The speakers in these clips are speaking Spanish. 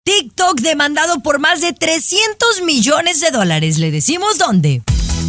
TikTok demandado por más de $300 millones. ¿Le decimos dónde?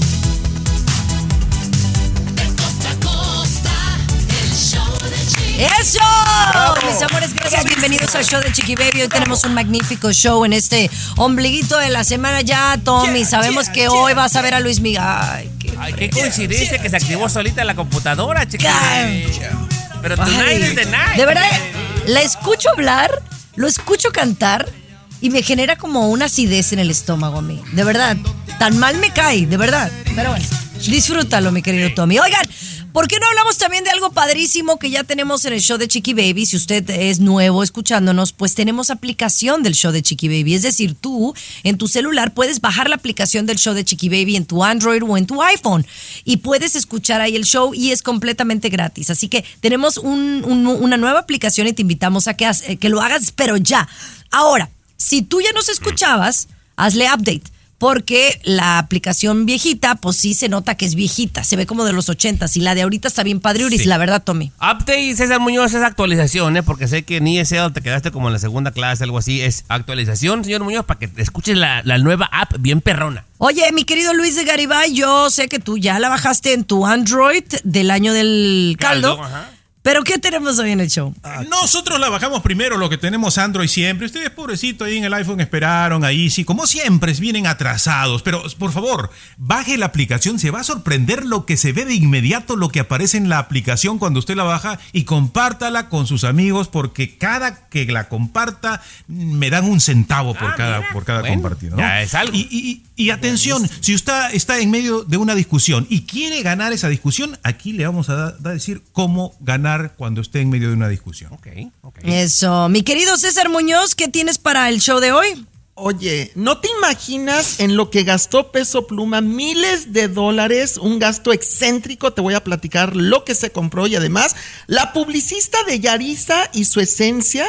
¡Eso! ¡Bravo! Mis amores, gracias. Bienvenidos al show de Chiqui Baby. Hoy tenemos un magnífico show en este ombliguito de la semana ya, Tommy. Sabemos que hoy vas a ver a Luis Miguel. Ay, qué coincidencia que se activó solita la computadora, Chiqui Baby. Pero tonight is the night. De verdad, la escucho hablar, lo escucho cantar y me genera como una acidez en el estómago a mí. De verdad, tan mal me cae, de verdad. Pero bueno, disfrútalo, mi querido Tommy. Oigan, ¿por qué no hablamos también de algo padrísimo que ya tenemos en el show de Chiqui Baby? Si usted es nuevo escuchándonos, pues tenemos aplicación del show de Chiqui Baby. Es decir, tú en tu celular puedes bajar la aplicación del show de Chiqui Baby en tu Android o en tu iPhone y puedes escuchar ahí el show y es completamente gratis. Así que tenemos una nueva aplicación y te invitamos a que lo hagas, pero ya. Ahora, si tú ya nos escuchabas, hazle update. Porque la aplicación viejita, pues sí se nota que es viejita. Se ve como de los 80s. Y la de ahorita está bien padriuris, sí. La verdad, Tommy. Update, César Muñoz, es actualización, porque sé que en ESL te quedaste como en la segunda clase, algo así. Es actualización, señor Muñoz, para que escuches la nueva app bien perrona. Oye, mi querido Luis de Garibay, yo sé que tú ya la bajaste en tu Android del año del caldo. Ajá. ¿Pero qué tenemos hoy en el show? Nosotros la bajamos primero, lo que tenemos Android siempre. Ustedes, pobrecito, ahí en el iPhone esperaron, ahí sí, como siempre, vienen atrasados. Pero, por favor, baje la aplicación, se va a sorprender lo que se ve de inmediato, lo que aparece en la aplicación cuando usted la baja y compártala con sus amigos, porque cada que la comparta, me dan un centavo por cada compartido, ¿no? Ya es algo. Y atención, si usted está en medio de una discusión y quiere ganar esa discusión, aquí le vamos a decir cómo ganar cuando esté en medio de una discusión. Okay. Eso. Mi querido César Muñoz, ¿qué tienes para el show de hoy? Oye, ¿no te imaginas en lo que gastó Peso Pluma? Miles de dólares, un gasto excéntrico. Te voy a platicar lo que se compró y además la publicista de Yaritza y su esencia,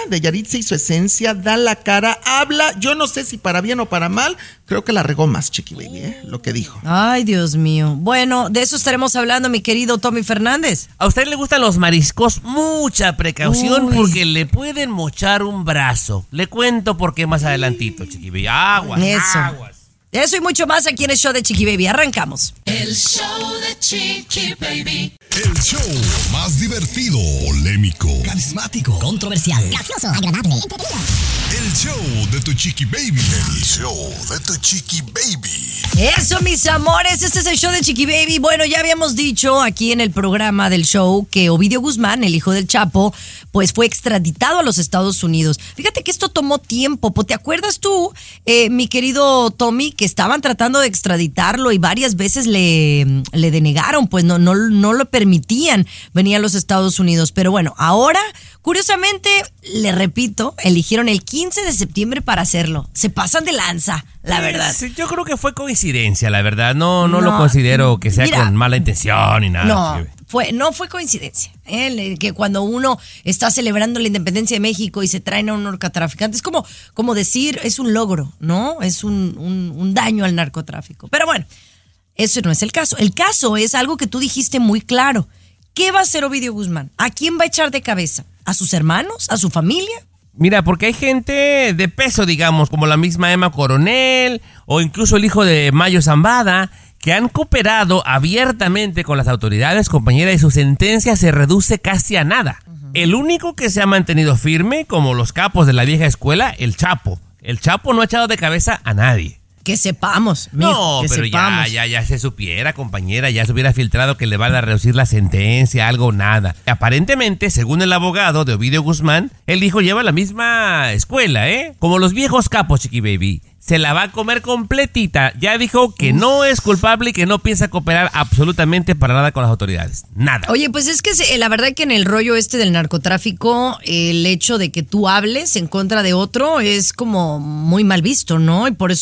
da la cara, habla, yo no sé si para bien o para mal, creo que la regó más, Chiqui Baby, lo que dijo. Ay, Dios mío. Bueno, de eso estaremos hablando, mi querido Tommy Fernández. ¿A usted le gustan los mariscos? Mucha precaución porque le pueden mochar un brazo. Le cuento por qué más adelantito, Chiqui Baby. Aguas. Eso y mucho más aquí en el show de Chiqui Baby. Arrancamos. El show de Chiqui Baby. El show más divertido, polémico, carismático, controversial, gracioso, agradable, entretenido. El show de tu Chiqui Baby. El show de tu Chiqui Baby. Eso, mis amores, este es el show de Chiqui Baby. Bueno, ya habíamos dicho aquí en el programa del show que Ovidio Guzmán, el hijo del Chapo, pues fue extraditado a los Estados Unidos. Fíjate que esto tomó tiempo. ¿Te acuerdas tú, mi querido Tommy, que estaban tratando de extraditarlo y varias veces le denegaron, pues no lo permitían venir a los Estados Unidos? Pero bueno, ahora, curiosamente, le repito, eligieron el 15 de septiembre para hacerlo. Se pasan de lanza, la verdad. Sí, yo creo que fue coincidencia, la verdad. No lo considero que sea con mala intención ni nada. No fue coincidencia, que cuando uno está celebrando la independencia de México y se traen a un narcotraficante, es como decir, es un logro, ¿no? Es un daño al narcotráfico. Pero bueno, eso no es el caso. El caso es algo que tú dijiste muy claro. ¿Qué va a hacer Ovidio Guzmán? ¿A quién va a echar de cabeza? ¿A sus hermanos? ¿A su familia? Mira, porque hay gente de peso, digamos, como la misma Emma Coronel o incluso el hijo de Mayo Zambada, que han cooperado abiertamente con las autoridades, compañera, y su sentencia se reduce casi a nada. El único que se ha mantenido firme, como los capos de la vieja escuela, el Chapo. El Chapo no ha echado de cabeza a nadie. Que sepamos, mijo, no, pero sepamos. Ya se supiera, compañera, ya se hubiera filtrado que le van a reducir la sentencia, algo, nada. Aparentemente, según el abogado de Ovidio Guzmán, el hijo lleva la misma escuela, como los viejos capos, Chiqui Baby. Se la va a comer completita. Ya dijo que no es culpable y que no piensa cooperar absolutamente para nada con las autoridades. Nada. Oye, pues es que la verdad que en el rollo del narcotráfico, el hecho de que tú hables en contra de otro es como muy mal visto, ¿no? Y por eso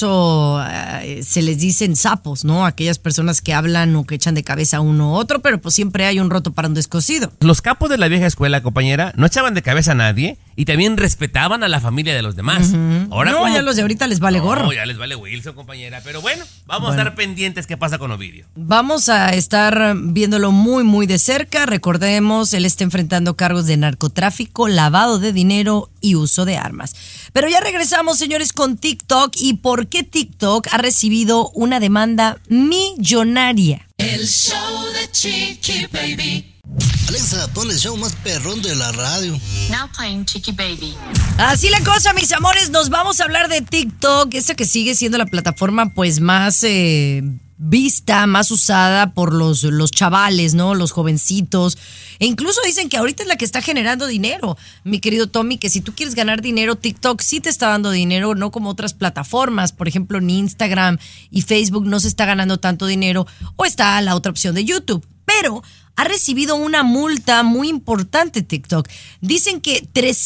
luego se les dicen sapos, ¿no? Aquellas personas que hablan o que echan de cabeza a uno u otro, pero pues siempre hay un roto para un descosido. Los capos de la vieja escuela, compañera, no echaban de cabeza a nadie y también respetaban a la familia de los demás. Ahora, No, ya los de ahorita les vale gorro. No, ya les vale Wilson, compañera. Pero bueno, vamos a estar pendientes qué pasa con Ovidio. Vamos a estar viéndolo muy, muy de cerca. Recordemos, él está enfrentando cargos de narcotráfico, lavado de dinero y uso de armas. Pero ya regresamos, señores, con TikTok. ¿Y por qué TikTok ha recibido una demanda millonaria? El show de Chiqui Baby. Alexa, pon el show más perrón de la radio. Now playing Chiqui Baby. Así la cosa, mis amores, nos vamos a hablar de TikTok, esa que sigue siendo la plataforma pues más vista, más usada por los chavales, ¿no? Los jovencitos. E incluso dicen que ahorita es la que está generando dinero, mi querido Tommy, que si tú quieres ganar dinero, TikTok sí te está dando dinero, no como otras plataformas. Por ejemplo, en Instagram y Facebook no se está ganando tanto dinero, o está la otra opción de YouTube. Pero ha recibido una multa muy importante TikTok. Dicen que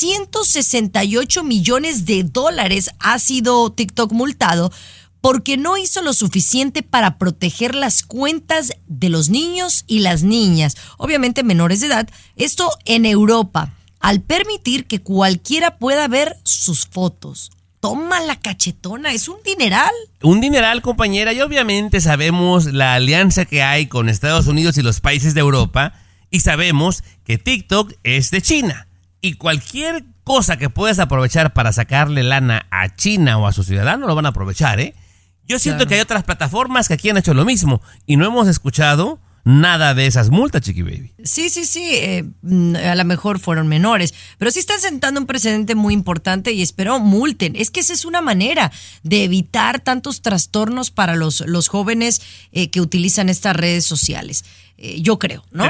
368 millones de dólares ha sido TikTok multado porque no hizo lo suficiente para proteger las cuentas de los niños y las niñas, obviamente menores de edad, esto en Europa, al permitir que cualquiera pueda ver sus fotos. Toma la cachetona, es un dineral. Un dineral, compañera, y obviamente sabemos la alianza que hay con Estados Unidos y los países de Europa, y sabemos que TikTok es de China. Y cualquier cosa que puedas aprovechar para sacarle lana a China o a sus ciudadanos lo van a aprovechar, ¿eh? Yo siento que hay otras plataformas que aquí han hecho lo mismo y no hemos escuchado nada de esas multas, Chiqui Baby. Sí, a lo mejor fueron menores, pero sí están sentando un precedente muy importante y espero multen. Es que esa es una manera de evitar tantos trastornos para los jóvenes que utilizan estas redes sociales. Yo creo, ¿no?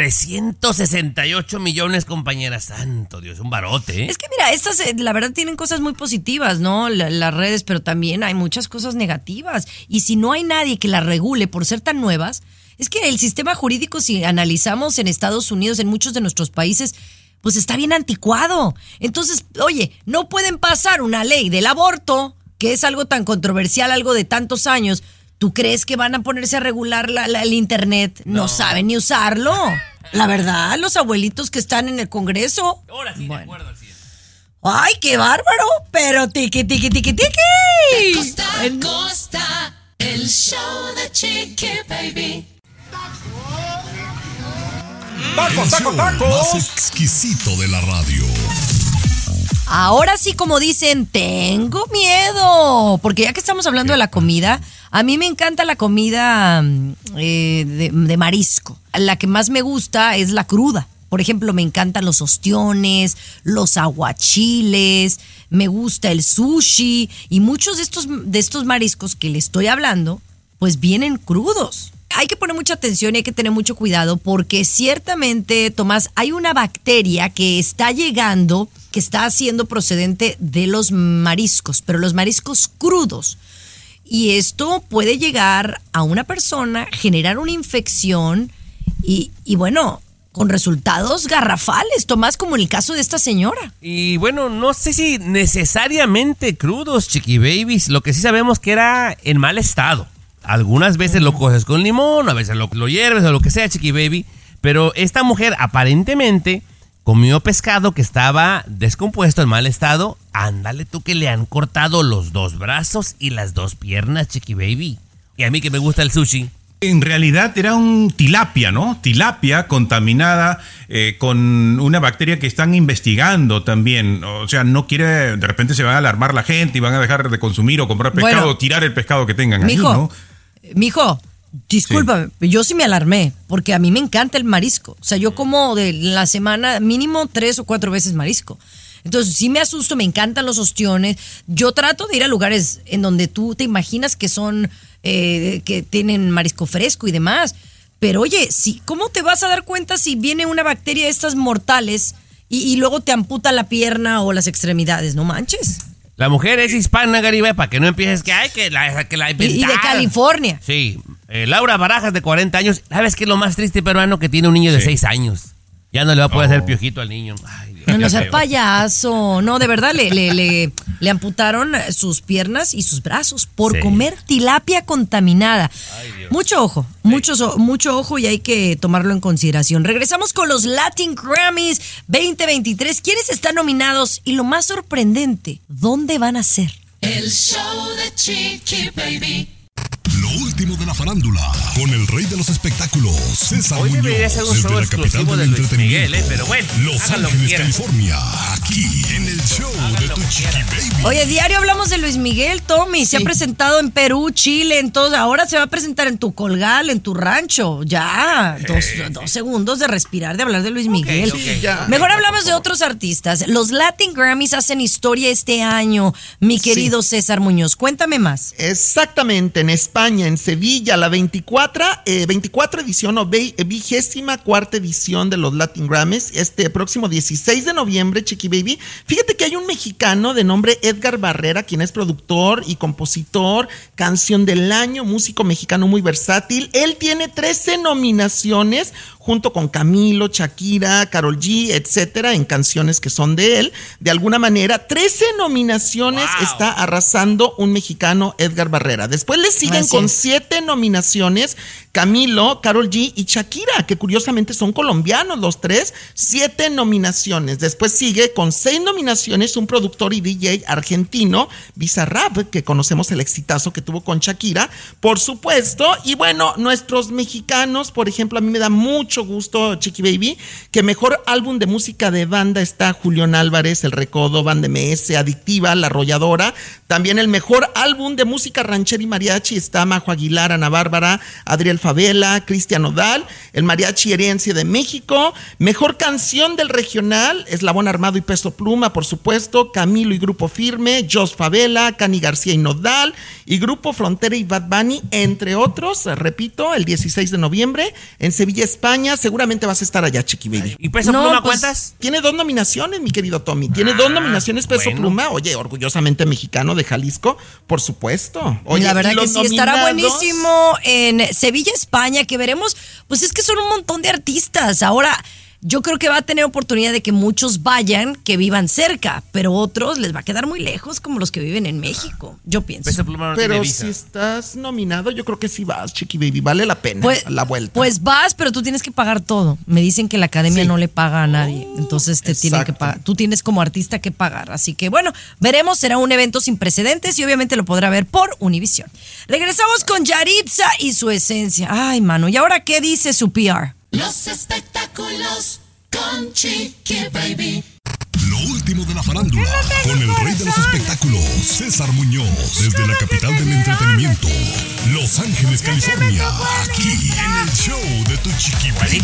368 millones, compañera, santo Dios, un barote, ¿eh? Es que mira, estas la verdad tienen cosas muy positivas, ¿no? Las redes, pero también hay muchas cosas negativas. Y si no hay nadie que las regule por ser tan nuevas, es que el sistema jurídico, si analizamos en Estados Unidos, en muchos de nuestros países, pues está bien anticuado. Entonces, oye, no pueden pasar una ley del aborto, que es algo tan controversial, algo de tantos años. ¿Tú crees que van a ponerse a regular el internet? No saben ni usarlo. La verdad, los abuelitos que están en el Congreso. Ahora sí, de acuerdo al 100. ¡Ay, qué bárbaro! Pero tiqui. Costa a costa, el show de Chiqui Baby. El show más exquisito de la radio. Ahora sí, como dicen, tengo miedo. Porque ya que estamos hablando de la comida, a mí me encanta la comida de marisco. La que más me gusta es la cruda. Por ejemplo, me encantan los ostiones, los aguachiles, me gusta el sushi. Y muchos de estos mariscos que le estoy hablando, pues vienen crudos. Hay que poner mucha atención y hay que tener mucho cuidado porque ciertamente, Tomás, hay una bacteria que está llegando, que está haciendo procedente de los mariscos, pero los mariscos crudos. Y esto puede llegar a una persona, generar una infección y bueno, con resultados garrafales, Tomás, como en el caso de esta señora. Y bueno, no sé si necesariamente crudos, Chiqui Babies. Lo que sí sabemos que era en mal estado. Algunas veces lo coges con limón, a veces lo hierves o lo que sea, Chiqui Baby. Pero esta mujer aparentemente comió pescado que estaba descompuesto, en mal estado. Ándale tú que le han cortado los 2 brazos y las 2 piernas, Chiqui Baby. Y a mí que me gusta el sushi. En realidad era un tilapia, ¿no? Tilapia contaminada con una bacteria que están investigando también. O sea, no quiere, de repente se va a alarmar la gente y van a dejar de consumir o comprar pescado, Bueno, o tirar el pescado que tengan Mijo, ahí, ¿no? Mijo, discúlpame, yo sí me alarmé, porque a mí me encanta el marisco. O sea, yo como de la semana mínimo 3 o 4 veces marisco. Entonces sí me asusto, me encantan los ostiones. Yo trato de ir a lugares en donde tú te imaginas que son, que tienen marisco fresco y demás. Pero oye, ¿cómo te vas a dar cuenta si viene una bacteria de estas mortales y luego te amputa la pierna o las extremidades? No manches. La mujer es hispana, Garibay, para que no empieces que la inventaron. Y de California. Sí, Laura Barajas, de 40 años. ¿Sabes qué es lo más triste, peruano? Que tiene un niño de 6 años. Ya no le va a poder hacer piojito al niño. Ay, Dios. No sea payaso. No, de verdad, le amputaron sus piernas y sus brazos por comer tilapia contaminada. Mucho ojo, mucho ojo y hay que tomarlo en consideración. Regresamos con los Latin Grammys 2023. ¿Quiénes están nominados? Y lo más sorprendente, ¿dónde van a ser? El show de Chiqui Baby. Lo último de la farándula, con el rey de los espectáculos, César Hoy Muñoz, debería ser un desde show la capital exclusivo del de Luis Miguel, entretenimiento, pero bueno, Los hagan lo que Ángeles, quieran. California, aquí en el show de tu Chiqui Baby. Oye, diario hablamos de Luis Miguel, Tommy. Se ha presentado en Perú, Chile, en todos. Ahora se va a presentar en tu colgal, en tu rancho. Ya, dos segundos de respirar, de hablar de Luis Miguel. ok. Ya. Mejor hablamos de otros artistas. Los Latin Grammys hacen historia este año, mi querido César Muñoz. Cuéntame más. Exactamente, en España, en Sevilla, la 24 edición o 24ª edición de los Latin Grammys, este próximo 16 de noviembre, Chiqui Baby. Fíjate que hay un mexicano de nombre Edgar Barrera, quien es productor y compositor, canción del año, músico mexicano muy versátil. Él tiene 13 nominaciones junto con Camilo, Shakira, Karol G, etcétera, en canciones que son de él. De alguna manera, 13 nominaciones está arrasando un mexicano, Edgar Barrera. Después le siguen con 7 nominaciones Camilo, Karol G y Shakira, que curiosamente son colombianos los tres. 7 nominaciones. Después sigue con 6 nominaciones un productor y DJ argentino, Bizarrap, que conocemos el exitazo que tuvo con Shakira, por supuesto. Y bueno, nuestros mexicanos, por ejemplo, a mí me da mucho gusto, Chiqui Baby, que mejor álbum de música de banda está Julián Álvarez, El Recodo, Banda MS, Adictiva, La Arrolladora. También el mejor álbum de música ranchera y mariachi está Majo Aguilar, Ana Bárbara, Adriel Favela, Cristian Nodal. El Mariachi Herencia de México. Mejor canción del regional, Eslabón Armado y Peso Pluma, por supuesto, Camilo y Grupo Firme, Jos Favela, Cani García y Nodal, y Grupo Frontera y Bad Bunny, entre otros. Repito, el 16 de noviembre en Sevilla, España. Seguramente vas a estar allá, Chiqui Baby. ¿Y Peso Pluma cuántas? Tiene 2 nominaciones, mi querido Tommy. Tiene 2 nominaciones Peso Pluma. Oye, orgullosamente mexicano de Jalisco, por supuesto. Oye, la verdad y que los sí, estará nominados, buenísimo en Sevilla, España, que veremos, pues es que son un montón de artistas. Ahora, yo creo que va a tener oportunidad de que muchos vayan, que vivan cerca, pero otros les va a quedar muy lejos, como los que viven en México, yo pienso. Peso Pluma no tiene Pero visa. si estás nominado, yo creo que sí vas, Chiqui Baby. Vale la pena la vuelta. Pues vas, pero tú tienes que pagar todo. Me dicen que la academia no le paga a nadie. Entonces te tienen que pagar. Tú tienes como artista que pagar. Así que bueno, veremos. Será un evento sin precedentes y obviamente lo podrá ver por Univision. Regresamos con Yaritza y su esencia. Ay, mano. ¿Y ahora qué dice su PR? Los espectáculos con Chiqui Baby. Lo último de la farándula, con el rey de los espectáculos, César Muñoz, desde la capital del entretenimiento, Los Ángeles, California, aquí en el show de tu Chiqui Baby.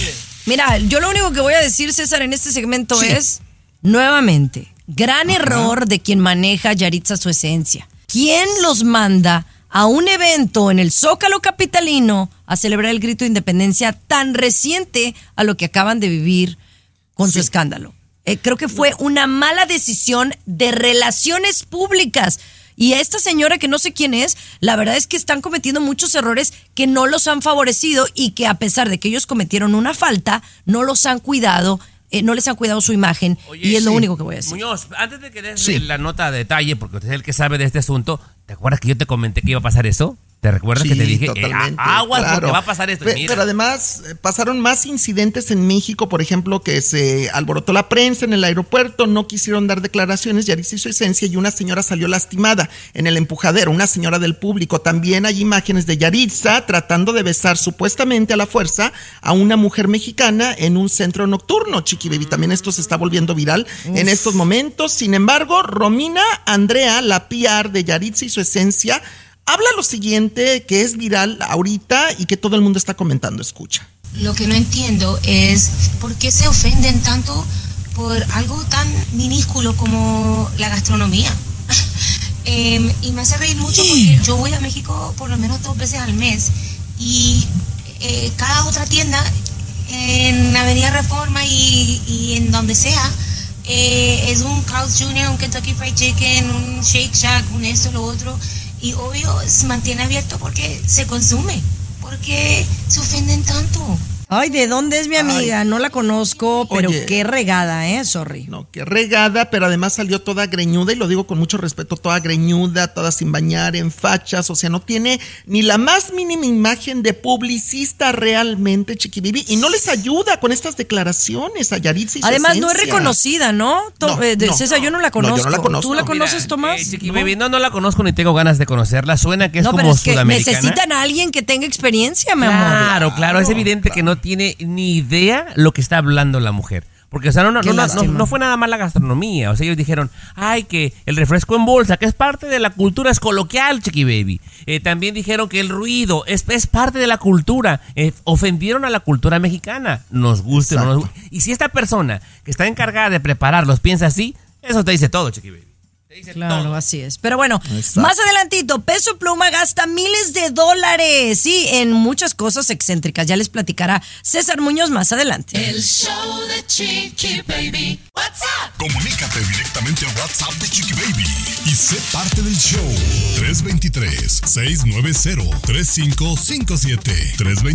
Mira, yo lo único que voy a decir, César, en este segmento es, nuevamente, gran error de quien maneja Yaritza su esencia. ¿Quién los manda a un evento en el Zócalo capitalino a celebrar el grito de independencia tan reciente a lo que acaban de vivir con su escándalo? Creo que fue una mala decisión de relaciones públicas. Y a esta señora, que no sé quién es, la verdad es que están cometiendo muchos errores que no los han favorecido y que a pesar de que ellos cometieron una falta, no los han cuidado, no les han cuidado su imagen. Oye, y es lo único que voy a decir. Muñoz, antes de que des la nota de detalle, porque usted es el que sabe de este asunto, ¿te acuerdas que yo te comenté que iba a pasar eso? ¿Te recuerdas que te dije? Totalmente, Aguas, claro. porque va a pasar esto. Pero además pasaron más incidentes en México, por ejemplo, que se alborotó la prensa en el aeropuerto, no quisieron dar declaraciones, Yaritza y su esencia, y una señora salió lastimada en el empujadero, una señora del público. También hay imágenes de Yaritza tratando de besar supuestamente a la fuerza a una mujer mexicana en un centro nocturno, Chiqui Baby. También esto se está volviendo viral en estos momentos. Sin embargo, Romina Andrea, la PR de Yaritza y su esencia, habla lo siguiente que es viral ahorita y que todo el mundo está comentando. Escucha. Lo que no entiendo es por qué se ofenden tanto por algo tan minúsculo como la gastronomía. Y me hace reír mucho porque yo voy a México por lo menos 2 veces al mes y cada otra tienda en Avenida Reforma y en donde sea es un Carl's Jr., un Kentucky Fried Chicken, un Shake Shack, un esto, lo otro. Y obvio se mantiene abierto porque se consume. ¿Por qué se ofenden tanto? Ay, ¿de dónde es mi amiga? No la conozco, pero Oye. qué regada, sorry. No, qué regada, pero además salió toda greñuda, y lo digo con mucho respeto, toda greñuda, toda sin bañar, en fachas, o sea, no tiene ni la más mínima imagen de publicista realmente, Chiqui Baby, y no les ayuda con estas declaraciones a Yaritza y su Además, no es esencia. reconocida, ¿no? César, yo no la conozco. yo no la conozco. ¿Tú la No, conoces, Mira, Tomás? Chiqui Baby, no la conozco ni tengo ganas de conocerla. Suena que es No, como pero es que sudamericana. necesitan a alguien que tenga experiencia, mi amor. Claro, es evidente que no tiene ni idea lo que está hablando la mujer. Porque, o sea, Qué lástima. no fue nada más la gastronomía. O sea, ellos dijeron, ay, que el refresco en bolsa, que es parte de la cultura, es coloquial, Chiqui Baby. También dijeron que el ruido es parte de la cultura. Ofendieron a la cultura mexicana. Nos guste o no nos guste. Y si esta persona que está encargada de prepararlos piensa así, eso te dice todo, Chiqui Baby. Claro, todo. así es. Pero bueno, Exacto. más adelantito, Peso Pluma gasta miles de dólares, sí, en muchas cosas excéntricas. Ya les platicará César Muñoz más adelante. El show de Chiqui Baby. What's up? Comunícate directamente a WhatsApp de Chiqui Baby y sé parte del show. 323-690-3557.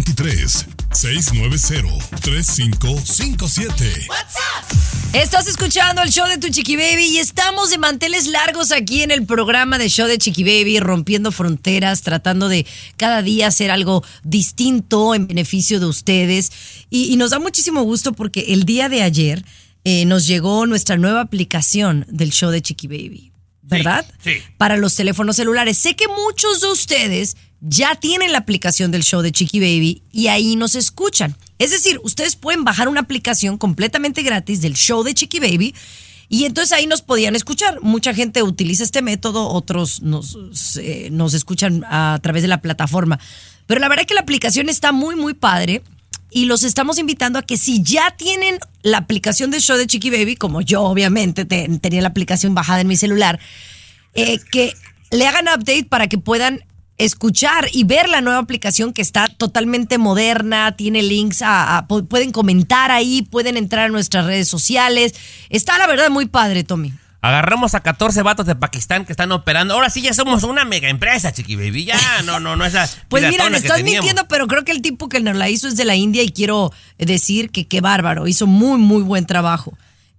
323-690-3557. What's up? Estás escuchando el show de tu Chiqui Baby y estamos de manteles largos aquí en el programa de show de Chiqui Baby, rompiendo fronteras, tratando de cada día hacer algo distinto en beneficio de ustedes. Y nos da muchísimo gusto porque el día de ayer nos llegó nuestra nueva aplicación del show de Chiqui Baby, ¿verdad? Sí. Para los teléfonos celulares. Sé que muchos de ustedes ya tienen la aplicación del show de Chiqui Baby y ahí nos escuchan. Es decir, ustedes pueden bajar una aplicación completamente gratis del show de Chiqui Baby y entonces ahí nos podían escuchar. Mucha gente utiliza este método, otros nos escuchan a través de la plataforma. Pero la verdad es que la aplicación está muy, muy padre y los estamos invitando a que si ya tienen la aplicación del show de Chiqui Baby, como yo obviamente tenía la aplicación bajada en mi celular, que le hagan update para que puedan escuchar y ver la nueva aplicación que está totalmente moderna, tiene links pueden comentar ahí, pueden entrar a nuestras redes sociales. Está la verdad muy padre, Tommy. Agarramos a 14 vatos de Pakistán que están operando. Ahora sí ya somos una mega empresa, Chiqui Baby. Ya, no esa Pues mira, piratona me que estás teníamos. mintiendo, pero creo que el tipo que nos la hizo es de la India y quiero decir que qué bárbaro, hizo muy, muy buen trabajo.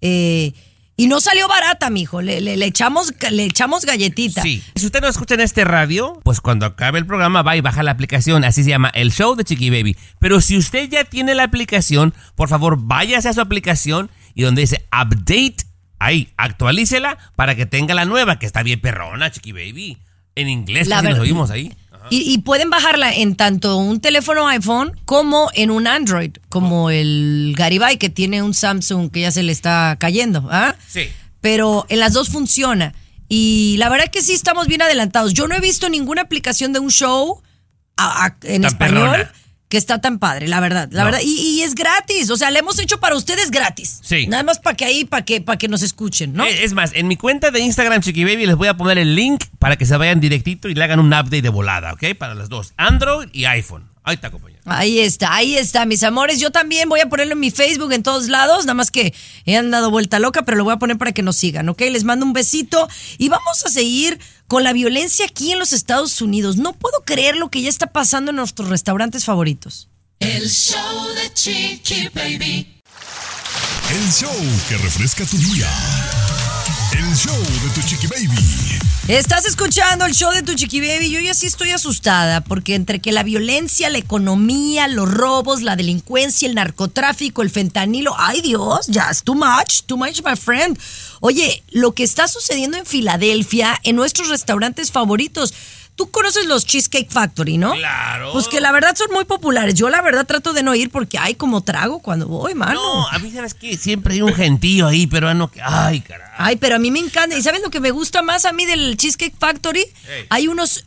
Y no salió barata, mijo, le echamos galletita. Sí. Si usted no escucha en este radio, pues cuando acabe el programa va y baja la aplicación. Así se llama, el show de Chiqui Baby. Pero si usted ya tiene la aplicación, por favor, váyase a su aplicación y donde dice update, ahí, actualícela para que tenga la nueva, que está bien perrona, Chiqui Baby. En inglés, La casi nos verdad. oímos ahí. Y pueden bajarla en tanto un teléfono iPhone como en un Android, como el Garibay que tiene un Samsung que ya se le está cayendo, ¿ah? Sí. Pero en las dos funciona. Y la verdad que sí estamos bien adelantados. Yo no he visto ninguna aplicación de un show en Tan español perrona. que está tan padre, la verdad. La No. verdad. Y es gratis. O sea, le hemos hecho para ustedes gratis. Sí. Nada más para que nos escuchen, ¿no? Es más, en mi cuenta de Instagram, Chiqui Baby, les voy a poner el link para que se vayan directito y le hagan un update de volada, ¿ok? Para las dos, Android y iPhone. Ahí está, compañero. Ahí está, mis amores. Yo también voy a ponerlo en mi Facebook en todos lados, nada más que he andado vuelta loca, pero lo voy a poner para que nos sigan, ¿ok? Les mando un besito y vamos a seguir con la violencia aquí en los Estados Unidos. No puedo creer lo que ya está pasando en nuestros restaurantes favoritos. El show de Chiqui Baby. El show que refresca tu día. El show de tu Chiqui Baby. Estás escuchando el show de tu Chiqui Baby. Yo ya sí estoy asustada porque entre que la violencia, la economía, los robos, la delincuencia, el narcotráfico, el fentanilo, ay Dios, ya es too much, my friend. Oye, lo que está sucediendo en Filadelfia, en nuestros restaurantes favoritos. Tú conoces los Cheesecake Factory, ¿no? Claro. Pues que la verdad son muy populares. Yo la verdad trato de no ir porque hay como trago cuando voy, mano. No, a mí sabes que siempre hay un gentío ahí peruano que... Ay, caray. Ay, pero a mí me encanta. ¿Y sabes lo que me gusta más a mí del Cheesecake Factory? Hey. Hay unos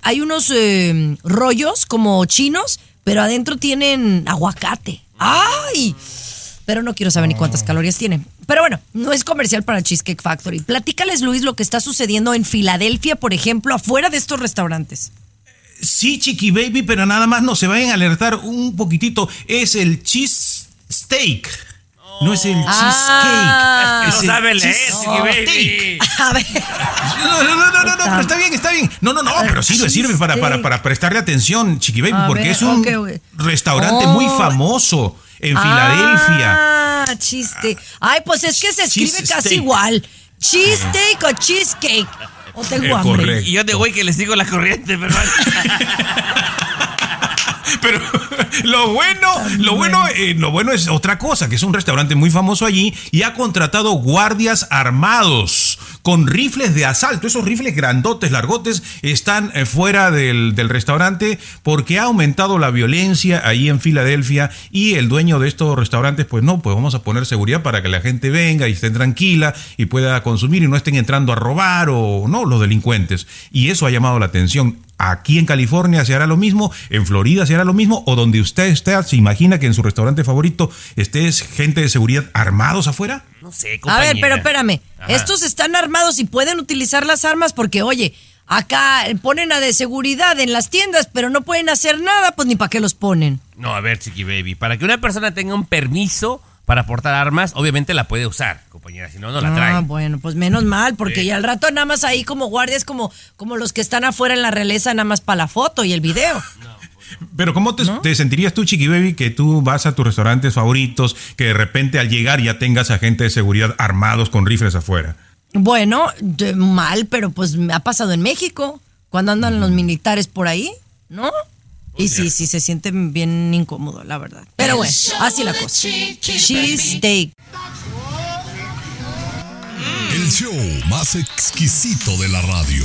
rollos como chinos, pero adentro tienen aguacate. ¡Ay! Pero no quiero saber ni cuántas calorías tienen. Pero bueno, no es comercial para Cheesecake Factory. Platícales, Luis, lo que está sucediendo en Filadelfia, por ejemplo, afuera de estos restaurantes. Sí, Chiqui Baby, pero nada más no se vayan a alertar un poquitito. Es el cheese steak. No es el cheesecake. No sabe leer, Chiqui Baby. steak. A ver. No, pero está bien. No, pero sí le sirve para prestarle atención, Chiqui Baby, A porque ver, es un ok. restaurante Oh. muy famoso en Filadelfia. Ah, chiste. Ay, pues es que se escribe casi Cheesesteak. igual. Cheesesteak o cheesecake. O tengo hambre. Correcto. Y yo de güey que les digo la corriente, perdón. Pero lo bueno es otra cosa, que es un restaurante muy famoso allí y ha contratado guardias armados con rifles de asalto. Esos rifles grandotes, largotes, están fuera del restaurante porque ha aumentado la violencia ahí en Filadelfia y el dueño de estos restaurantes, pues vamos a poner seguridad para que la gente venga y esté tranquila y pueda consumir y no estén entrando a robar o no los delincuentes. Y eso ha llamado la atención. Aquí en California se hará lo mismo, en Florida se hará lo mismo, o donde usted esté, ¿se imagina que en su restaurante favorito estés gente de seguridad armados afuera? No sé, A compañera. ver, pero espérame. Ajá. Estos están armados y pueden utilizar las armas porque, oye, acá ponen a de seguridad en las tiendas, pero no pueden hacer nada, pues ni para qué los ponen. No, a ver, Chiqui Baby. Para que una persona tenga un permiso para portar armas, obviamente la puede usar, compañera. Si no, no la trae. Ah, bueno, pues menos mal, porque Sí. ya al rato nada más ahí como guardias, como los que están afuera en la realeza, nada más para la foto y el video. Pero ¿cómo te sentirías tú, Chiqui Baby, que tú vas a tus restaurantes favoritos, que de repente al llegar ya tengas agentes de seguridad armados con rifles afuera? Bueno, mal, pero pues me ha pasado en México, cuando andan los militares por ahí, ¿no? Y sí, se siente bien incómodo, la verdad. Pero bueno, así la cosa. Cheesesteak. El show más exquisito de la radio.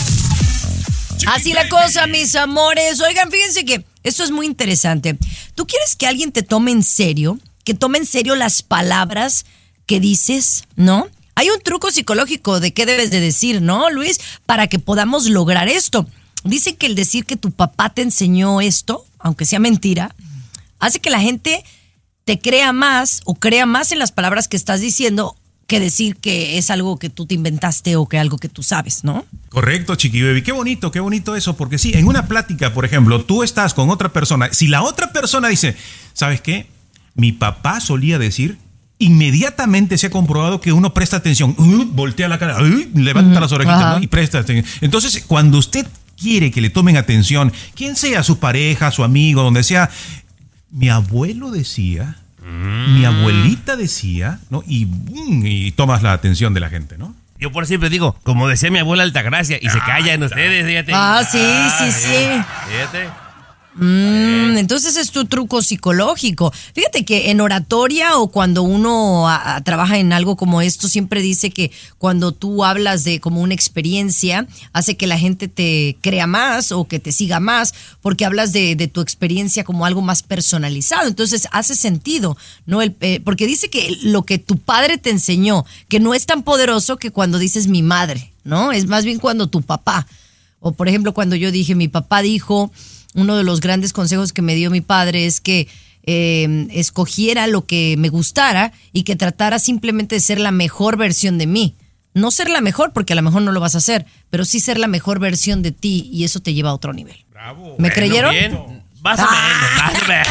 Así la cosa, mis amores. Oigan, fíjense que esto es muy interesante. ¿Tú quieres que alguien te tome en serio? Que tome en serio las palabras que dices, ¿no? Hay un truco psicológico de qué debes de decir, ¿no, Luis? Para que podamos lograr esto. Dicen que el decir que tu papá te enseñó esto, aunque sea mentira, hace que la gente te crea más o crea más en las palabras que estás diciendo que decir que es algo que tú te inventaste o que algo que tú sabes, ¿no? Correcto, Chiqui Baby. Qué bonito eso, porque sí, en una plática, por ejemplo, tú estás con otra persona, si la otra persona dice, ¿sabes qué? Mi papá solía decir, inmediatamente se ha comprobado que uno presta atención, voltea la cara, levanta las orejitas, ¿no? Y presta atención. Entonces, cuando usted quiere que le tomen atención, quien sea su pareja, su amigo, donde sea, mi abuelo decía, mi abuelita decía, ¿no? Y tomas la atención de la gente, ¿no? Yo por siempre digo, como decía mi abuela Altagracia, y se callan ustedes, fíjate. Sí. Fíjate. Entonces es tu truco psicológico. Fíjate que en oratoria o cuando uno trabaja en algo como esto, siempre dice que cuando tú hablas de como una experiencia, hace que la gente te crea más o que te siga más, porque hablas de tu experiencia como algo más personalizado. Entonces hace sentido, ¿no? Porque dice que lo que tu padre te enseñó, que no es tan poderoso que cuando dices mi madre, ¿no? Es más bien cuando tu papá. O por ejemplo, cuando yo dije, mi papá dijo... Uno de los grandes consejos que me dio mi padre es que escogiera lo que me gustara y que tratara simplemente de ser la mejor versión de mí. No ser la mejor, porque a lo mejor no lo vas a hacer, pero sí ser la mejor versión de ti y eso te lleva a otro nivel. Bravo. ¿Me creyeron? Bien. Más o menos.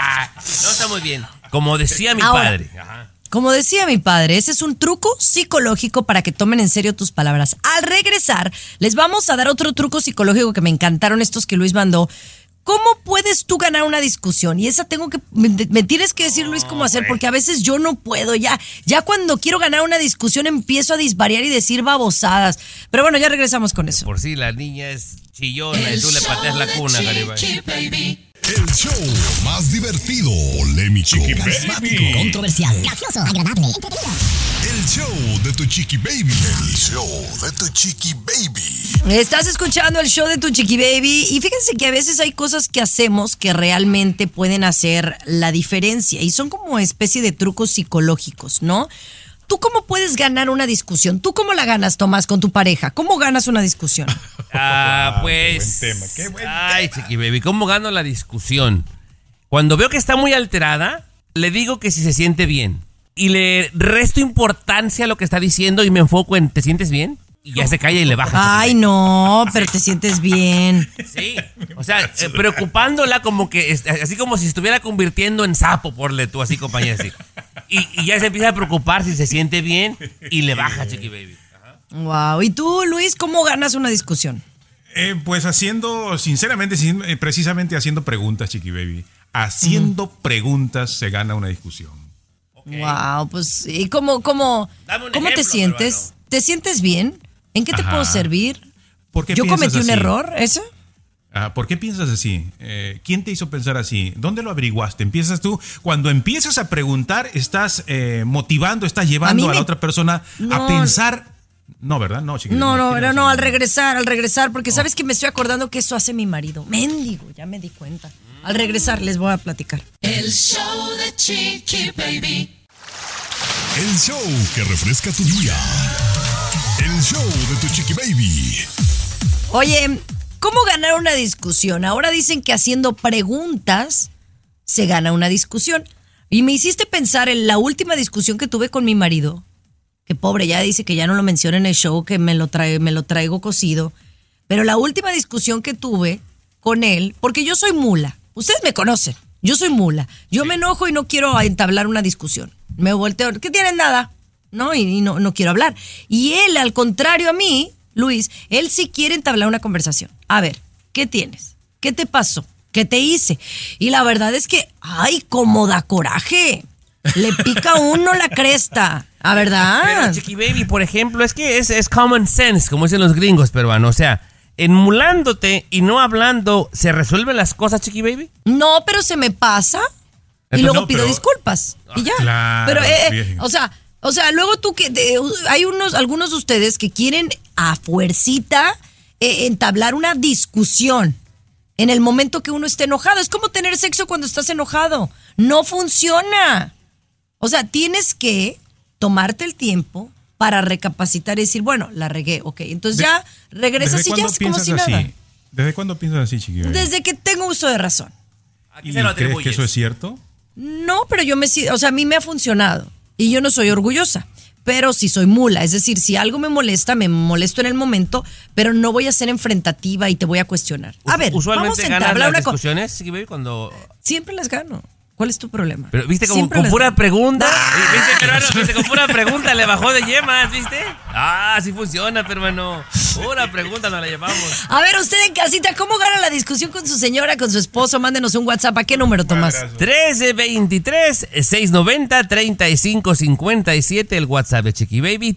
No está muy bien. Como decía mi Ahora, padre. Ajá. Como decía mi padre, ese es un truco psicológico para que tomen en serio tus palabras. Al regresar, les vamos a dar otro truco psicológico que me encantaron estos que Luis mandó. ¿Cómo puedes tú ganar una discusión? Y esa me tienes que decir, Luis, cómo hacer, porque a veces yo no puedo. Ya cuando quiero ganar una discusión empiezo a disvariar y decir babosadas. Pero bueno, ya regresamos con eso. Por si la niña es chillona y tú le pateas la cuna, Garibay. El show más divertido, polémico, carismático, Controversial. Gracioso. Agradable. Entretenido. el show de tu Chiqui Baby. El show de tu Chiqui Baby. Estás escuchando el show de tu Chiqui Baby y fíjense que a veces hay cosas que hacemos que realmente pueden hacer la diferencia y son como especie de trucos psicológicos, ¿no? ¿Tú cómo puedes ganar una discusión? ¿Tú cómo la ganas, Tomás, con tu pareja? ¿Cómo ganas una discusión? Pues... Qué buen tema, qué buen Ay, Chiqui Baby, ¿cómo gano la discusión? Cuando veo que está muy alterada, le digo que si se siente bien. Y le resto importancia a lo que está diciendo y me enfoco en ¿te sientes bien? Y ya se calla y le baja. Ay, no, pero te sientes bien. Sí, o sea, preocupándola como que, así como si se estuviera convirtiendo en sapo, porle tú, así compañía, así. Y ya se empieza a preocupar si se siente bien y le baja, Chiqui Baby. Wow. ¿Y tú, Luis, cómo ganas una discusión? Pues haciendo, sinceramente, precisamente haciendo preguntas, Chiqui Baby. Haciendo preguntas se gana una discusión. Okay. Wow, pues, ¿y cómo te sientes? Peruano. ¿Te sientes bien? ¿En qué te puedo servir? ¿Por qué ¿Yo cometí un así? error, eso? ¿Por qué piensas así? ¿Quién te hizo pensar así? ¿Dónde lo averiguaste? ¿Empiezas tú? Cuando empiezas a preguntar, estás motivando, estás llevando a la otra persona a pensar. No, ¿verdad? No, chiquita. No, al regresar, porque sabes que me estoy acordando que eso hace mi marido. Mendigo, ya me di cuenta. Al regresar les voy a platicar. El show de Chiqui Baby. El show que refresca tu día. El show de tu Chiqui Baby. Oye, ¿cómo ganar una discusión? Ahora dicen que haciendo preguntas se gana una discusión. Y me hiciste pensar en la última discusión que tuve con mi marido. Que pobre, ya dice que ya no lo menciona en el show, que me lo traigo cocido. Pero la última discusión que tuve con él, porque yo soy mula. Ustedes me conocen, yo soy mula. Yo me enojo y no quiero entablar una discusión. Me volteo, ¿qué tienen? Nada. No, y no quiero hablar. Y él, al contrario a mí, Luis, él sí quiere entablar una conversación. A ver, ¿qué tienes? ¿Qué te pasó? ¿Qué te hice? Y la verdad es que, ¡ay, cómo da coraje! Le pica a uno la cresta, ¿a verdad? Pero Chiqui Baby, por ejemplo, es que es common sense, como dicen los gringos peruanos. O sea, emulándote y no hablando, ¿se resuelven las cosas, Chiqui Baby? No, pero se me pasa y luego pido disculpas y ya. Claro, pero, o sea, luego tú hay algunos de ustedes que quieren a fuercita entablar una discusión en el momento que uno esté enojado. Es como tener sexo cuando estás enojado. No funciona. O sea, tienes que tomarte el tiempo para recapacitar y decir, bueno, la regué, ok. Entonces ya regresas y ya es como si nada. ¿Desde cuándo piensas así, Chiqui Baby? Desde que tengo uso de razón. ¿Y crees que eso es cierto? No, pero a mí me ha funcionado. Y yo no soy orgullosa, pero sí soy mula. Es decir, si algo me molesto en el momento, pero no voy a ser enfrentativa y te voy a cuestionar. A ver, usualmente ganas las discusiones, Chiqui Baby, cuando... Siempre las gano. ¿Cuál es tu problema? Pero viste con pura pregunta. ¿Viste, con pura pregunta le bajó de yemas, ¿viste? Sí funciona, pero hermano. Pura pregunta nos la llevamos. A ver, usted en casita, ¿cómo gana la discusión con su señora, con su esposo? Mándenos un WhatsApp. ¿A qué número, Tomás? 323-690-3557, el WhatsApp de Chiqui Baby.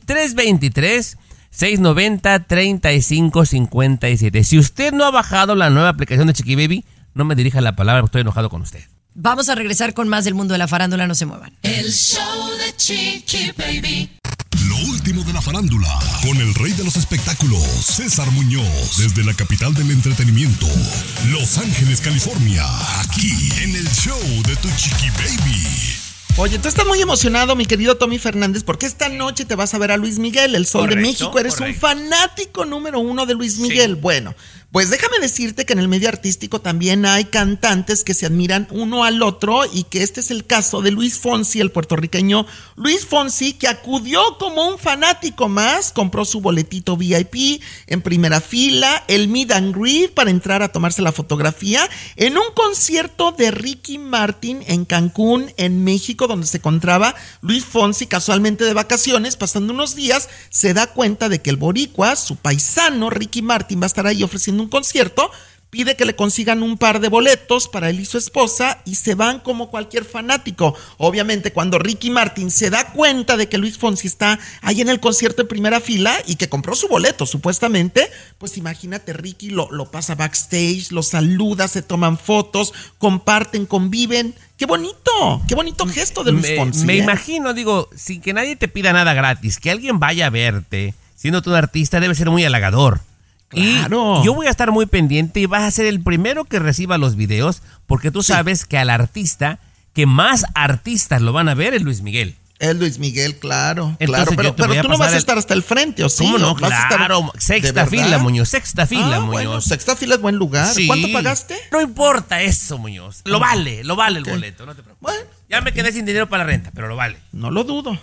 323-690-3557. Si usted no ha bajado la nueva aplicación de Chiqui Baby, no me dirija la palabra, estoy enojado con usted. Vamos a regresar con más del mundo de la farándula, no se muevan. El show de Chiqui Baby. Lo último de la farándula, con el rey de los espectáculos, César Muñoz, desde la capital del entretenimiento, Los Ángeles, California, aquí en el show de tu Chiqui Baby. Oye, tú estás muy emocionado, mi querido Tommy Fernández, porque esta noche te vas a ver a Luis Miguel, el Sol de México. Eres un fanático número 1 de Luis Miguel. Sí. Bueno, pues déjame decirte que en el medio artístico también hay cantantes que se admiran uno al otro, y que este es el caso de Luis Fonsi, el puertorriqueño Luis Fonsi, que acudió como un fanático más, compró su boletito VIP en primera fila, el meet and greet para entrar a tomarse la fotografía en un concierto de Ricky Martin en Cancún, en México, donde se encontraba Luis Fonsi casualmente de vacaciones. Pasando unos días, se da cuenta de que el boricua, su paisano Ricky Martin, va a estar ahí ofreciendo un concierto. Pide que le consigan un par de boletos para él y su esposa, y se van como cualquier fanático. Obviamente, cuando Ricky Martin se da cuenta de que Luis Fonsi está ahí en el concierto en primera fila y que compró su boleto supuestamente, pues imagínate, Ricky lo pasa backstage, lo saluda, se toman fotos, comparten, conviven. ¡Qué bonito gesto de Luis Fonsi! Me imagino, digo, sin que nadie te pida nada gratis, que alguien vaya a verte, siendo tú un artista, debe ser muy halagador. Claro. Y yo voy a estar muy pendiente y vas a ser el primero que reciba los videos, porque tú sabes que al artista que más artistas lo van a ver es Luis Miguel. Es Luis Miguel, claro. Entonces, claro, pero tú no vas a estar hasta el frente, ¿o sí? ¿Cómo no? Claro, sexta fila, Muñoz, sexta fila, Muñoz. Bueno, sexta fila es buen lugar. Sí. ¿Cuánto pagaste? No importa eso, Muñoz. Lo vale el boleto, no te preocupes. Bueno. Ya me quedé sin dinero para la renta, pero lo vale. No lo dudo.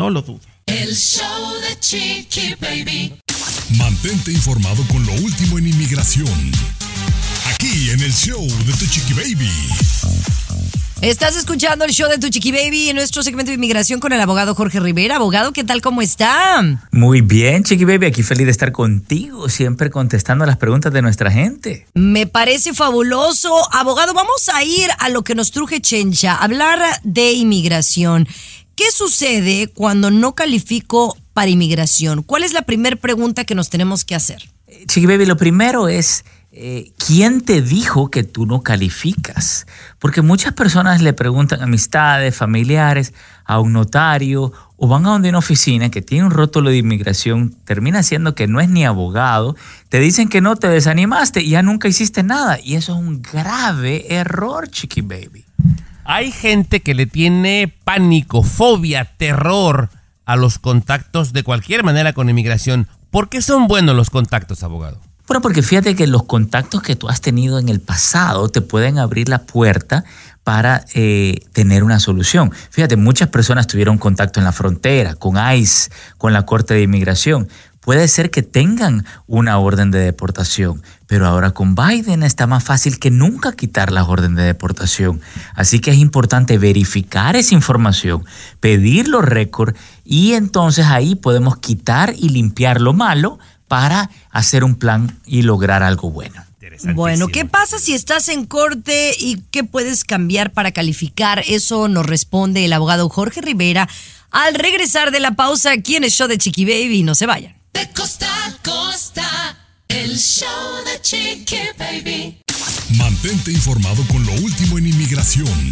El show de Chiqui Baby. Mantente informado con lo último en inmigración, aquí en el show de tu Chiqui Baby. Estás escuchando el show de Tu Chiqui Baby en nuestro segmento de inmigración con el abogado Jorge Rivera. Abogado, ¿qué tal? ¿Cómo está? Muy bien, Chiqui Baby. Aquí feliz de estar contigo, siempre contestando las preguntas de nuestra gente. Me parece fabuloso. Abogado, vamos a ir a lo que nos truje Chencha, hablar de inmigración. ¿Qué sucede cuando no califico para inmigración? ¿Cuál es la primera pregunta que nos tenemos que hacer? Chiqui Baby, lo primero es, ¿quién te dijo que tú no calificas? Porque muchas personas le preguntan a amistades, familiares, a un notario o van a donde una oficina que tiene un rótulo de inmigración, termina siendo que no es ni abogado, te dicen que no, te desanimaste y ya nunca hiciste nada. Y eso es un grave error, Chiqui Baby. Hay gente que le tiene pánico, fobia, terror a los contactos de cualquier manera con inmigración. ¿Por qué son buenos los contactos, abogado? Bueno, porque fíjate que los contactos que tú has tenido en el pasado te pueden abrir la puerta para tener una solución. Fíjate, muchas personas tuvieron contacto en la frontera, con ICE, con la Corte de Inmigración. Puede ser que tengan una orden de deportación, pero ahora con Biden está más fácil que nunca quitar la orden de deportación. Así que es importante verificar esa información, pedir los récords y entonces ahí podemos quitar y limpiar lo malo para hacer un plan y lograr algo bueno. Bueno, ¿qué pasa si estás en corte y qué puedes cambiar para calificar? Eso nos responde el abogado Jorge Rivera al regresar de la pausa aquí en el show de Chiqui Baby. No se vayan. De costa a costa, el show de Chiqui Baby. Mantente informado con lo último en inmigración.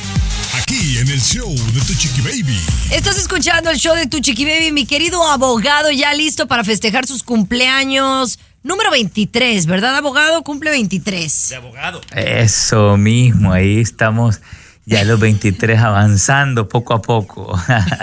Aquí en el show de Tu Chiqui Baby. Estás escuchando el show de Tu Chiqui Baby, mi querido abogado, ya listo para festejar sus cumpleaños. Número 23, ¿verdad, abogado? Cumple 23. De abogado. Eso mismo, ahí estamos ya los 23 avanzando poco a poco.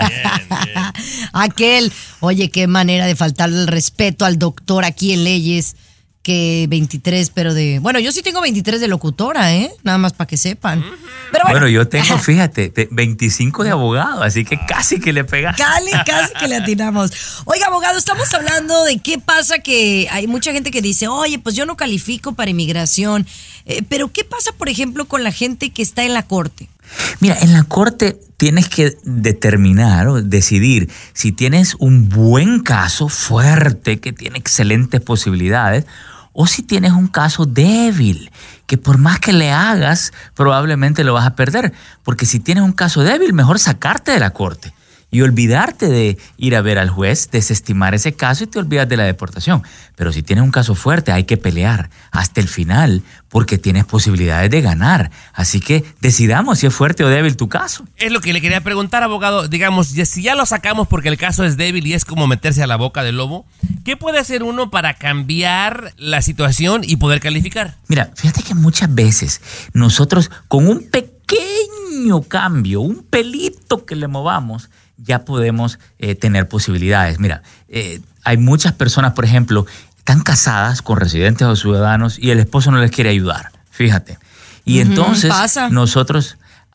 Aquel, oye, qué manera de faltarle el respeto al doctor aquí en leyes, que 23, pero de... Bueno, yo sí tengo 23 de locutora, nada más para que sepan. Pero bueno, yo tengo, fíjate, 25 de abogado, así que casi que le pegaste. Casi que le atinamos. Oiga, abogado, estamos hablando de qué pasa, que hay mucha gente que dice, oye, pues yo no califico para inmigración, pero ¿qué pasa, por ejemplo, con la gente que está en la corte? Mira, en la corte tienes que determinar o decidir si tienes un buen caso fuerte que tiene excelentes posibilidades o si tienes un caso débil que por más que le hagas probablemente lo vas a perder. Porque si tienes un caso débil, mejor sacarte de la corte y olvidarte de ir a ver al juez, desestimar ese caso y te olvidas de la deportación. Pero si tienes un caso fuerte, hay que pelear hasta el final porque tienes posibilidades de ganar. Así que decidamos si es fuerte o débil tu caso. Es lo que le quería preguntar, abogado. Digamos, si ya lo sacamos porque el caso es débil y es como meterse a la boca del lobo, ¿qué puede hacer uno para cambiar la situación y poder calificar? Mira, fíjate que muchas veces nosotros con un pequeño cambio, un pelito que le movamos, ya podemos tener posibilidades. Mira, hay muchas personas, por ejemplo, están casadas con residentes o ciudadanos y el esposo no les quiere ayudar, fíjate. Y entonces nosotros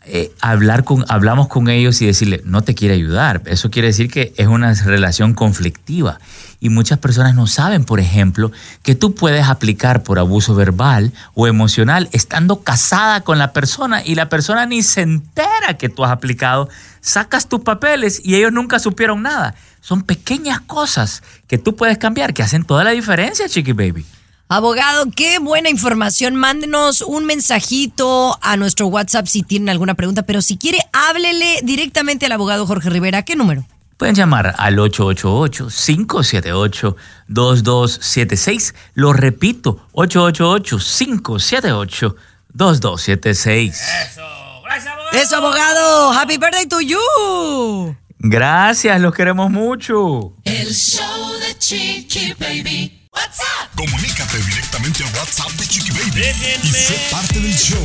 hablamos con ellos y decirle, no te quiere ayudar. Eso quiere decir que es una relación conflictiva. Y muchas personas no saben, por ejemplo, que tú puedes aplicar por abuso verbal o emocional estando casada con la persona y la persona ni se entera que tú has aplicado. Sacas tus papeles y ellos nunca supieron nada. Son pequeñas cosas que tú puedes cambiar que hacen toda la diferencia, Chiqui Baby. Abogado, qué buena información. Mándenos un mensajito a nuestro WhatsApp si tienen alguna pregunta, pero si quiere, háblele directamente al abogado Jorge Rivera. ¿Qué número? Pueden llamar al 888-578-2276. Lo repito, 888-578-2276. Eso, gracias, abogado. Eso, abogado. Happy birthday to you. Gracias, los queremos mucho. El show de Chiqui Baby. What's up? Comunícate directamente al WhatsApp de Chiqui Baby y sé parte del show.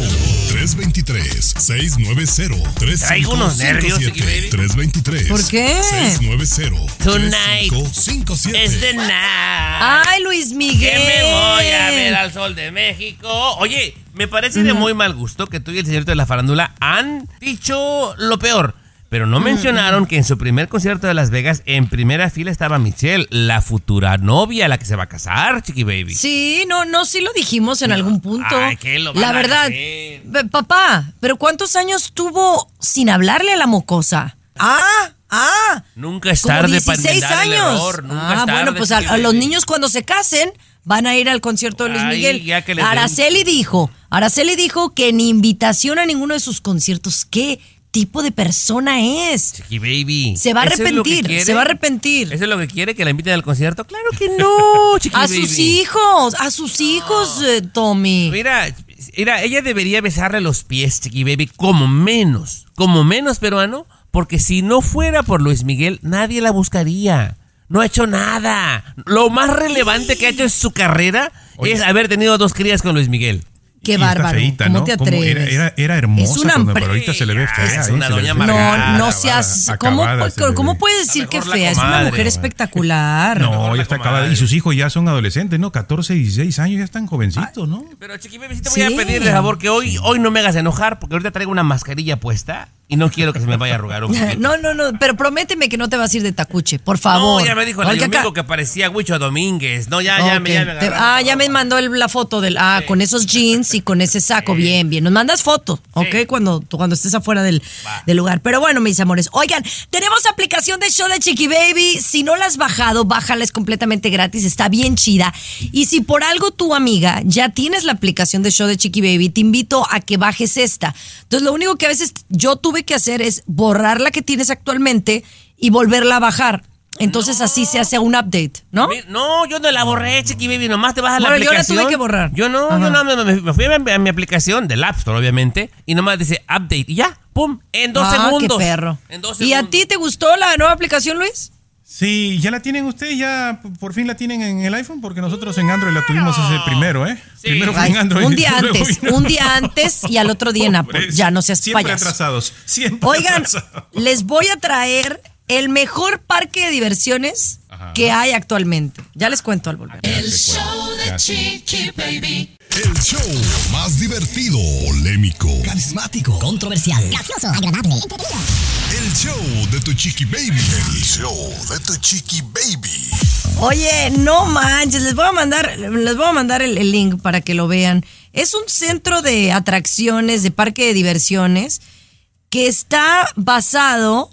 323-690-3557. Traigo unos nervios, Chiqui Baby. 323. ¿Por qué? 690-3557. Es the night. Ay, Luis Miguel. Que me voy a ver al sol de México. Oye, me parece de muy mal gusto que tú y el señor de la farándula han dicho lo peor. Pero no mencionaron que en su primer concierto de Las Vegas, en primera fila estaba Michelle, la futura novia, la que se va a casar, Chiqui Baby. Sí, sí lo dijimos en algún punto. Ay, ¿qué lo van la a verdad, hacer? Papá, ¿pero cuántos años tuvo sin hablarle a la mocosa? Nunca es como tarde 16 para enmendar el años. error. Nunca es tarde, Bueno, pues Chiqui a los Baby. niños cuando se casen van a ir al concierto de Luis Ay, Miguel. ya que les den- Araceli dijo que ni invitación a ninguno de sus conciertos. ¿Qué tipo de persona es? Chiqui Baby. Se va a ¿Eso es lo que arrepentir, quiere? se va a arrepentir. ¿Eso es lo que quiere? ¿Que la inviten al concierto? Claro que no, Chiqui A Baby. sus hijos, Tommy. Mira, ella debería besarle los pies, Chiqui Baby, como menos peruano, porque si no fuera por Luis Miguel, nadie la buscaría. No ha hecho nada. Lo más relevante que ha hecho en su carrera es haber tenido 2 crías con Luis Miguel. Qué Y está bárbaro. feíta, ¿Cómo ¿no? te Como atreves? Era hermosa, Es una pero ahorita se le ve fea. Es una se le doña ve fea. amargada. No seas. ¿Cómo puedes decir que mejor la fea? Es una comadre, mujer güey. espectacular. No, ya está acabada. Y sus hijos ya son adolescentes, ¿no? 14 y 16 años, ya están jovencitos, ¿no? Pero Chiqui Baby, sí te voy Sí. a pedir de favor que hoy no me hagas enojar, porque ahorita traigo una mascarilla puesta y no quiero que se me vaya a arrugar un poquito. No, pero prométeme que no te vas a ir de tacuche, por favor. No, ya me dijo el Porque amigo acá- que parecía Huicho Domínguez. No, ya Ok. me agarraron. Ya me mandó la foto con esos jeans y con ese saco. Bien. Nos mandas foto, ¿ok? Sí. Cuando estés afuera del lugar. Pero bueno, mis amores. Oigan, tenemos aplicación de show de Chiqui Baby. Si no la has bajado, bájala, es completamente gratis. Está bien chida. Y si por algo tu amiga ya tienes la aplicación de show de Chiqui Baby, te invito a que bajes esta. Entonces, lo único que a veces yo tuve que hacer es borrar la que tienes actualmente y volverla a bajar. Entonces así se hace un update, ¿no? No, yo no la borré, Chiqui Baby, nomás te bajas la Bueno, yo la aplicación. tuve que borrar. Yo no, me fui a mi aplicación del App Store, obviamente, y nomás dice update y ya, pum, en 2 segundos. Qué perro. En 2 ¿Y a segundos. ti te gustó la nueva aplicación, Luis? Sí, ya la tienen ustedes, ya por fin la tienen en el iPhone, porque nosotros en Android la tuvimos ese primero, ¿eh? Sí. Primero fue Ay, en Android. un día luego antes, vino- un día antes y al otro día en Apple. Pobres, Ya no seas siempre payaso. atrasados, siempre Oigan, atrasados. les voy a traer el mejor parque de diversiones que hay actualmente. Ya les cuento al volver. El show de Chiqui Baby. El show más divertido, polémico, Carismático, controversial, gracioso, agradable, entretenido. el show de tu Chiqui Baby. El show de tu Chiqui Baby. Oye, no manches, les voy a mandar el link para que lo vean. Es un centro de atracciones, de parque de diversiones, que está basado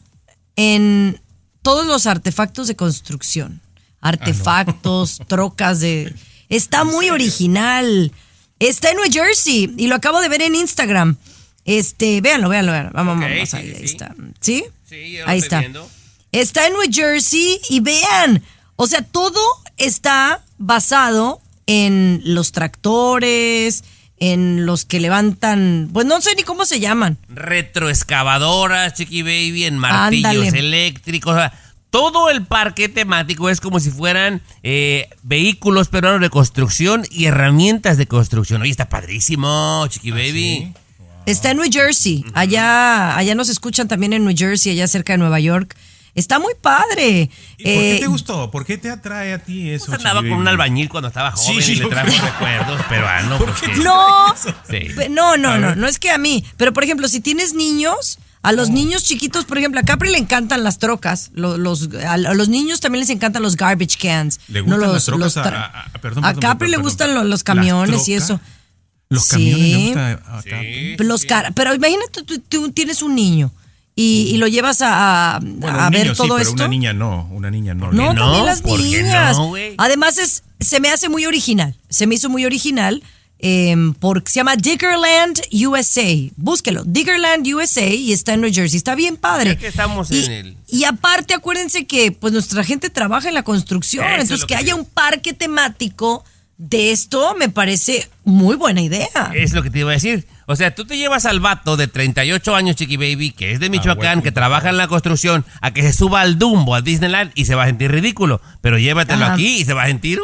en todos los artefactos de construcción. Artefactos, trocas de... Está muy original. Está en New Jersey y lo acabo de ver en Instagram. Véanlo. Vamos, Ok, ahí sí. está. ¿Sí? Sí, yo lo Ahí estoy está. viendo. Está en New Jersey y vean, o sea, todo está basado en los tractores, en los que levantan, pues no sé ni cómo se llaman. Retroexcavadoras, Chiqui Baby, en martillos Ándale. eléctricos. O sea, todo el parque temático es como si fueran vehículos peruanos de construcción y herramientas de construcción. Oye, está padrísimo, Chiqui Baby. Está en New Jersey, allá nos escuchan también en New Jersey, allá cerca de Nueva York. Está muy padre. ¿Y por qué te gustó? ¿Por qué te atrae a ti eso? Pues andaba Chiqui con un Baby? albañil cuando estaba joven Sí, y le yo trajo creo. recuerdos peruanos. ¿Por pues, qué que- te- No, Sí. no es que a mí, pero por ejemplo, si tienes niños, a los niños chiquitos, por ejemplo, a Capri le encantan las trocas, a los niños también les encantan los garbage cans. ¿Le gustan no las trocas? a Capri le gustan los camiones y eso. Los Sí. camiones le gustan a Capri. Pero imagínate, tú tienes un niño y lo llevas a Bueno, ver un niño sí, todo pero esto. una niña no. No, no? también las ¿Por qué niñas. no, güey? Además, se me hace muy original. Se me hizo muy original porque se llama Diggerland USA. Búsquelo, Diggerland USA y está en New Jersey. Está bien padre. Ya que estamos y, en el- y aparte, acuérdense que pues nuestra gente trabaja en la construcción. Eso es Entonces, lo que que haya digo. un parque temático de esto me parece muy buena idea. Es lo que te iba a decir. O sea, tú te llevas al vato de 38 años, Chiqui Baby, que es de Michoacán, bueno. que trabaja en la construcción, a que se suba al Dumbo, a Disneyland, y se va a sentir ridículo. Pero llévatelo Ajá. aquí y se va a sentir,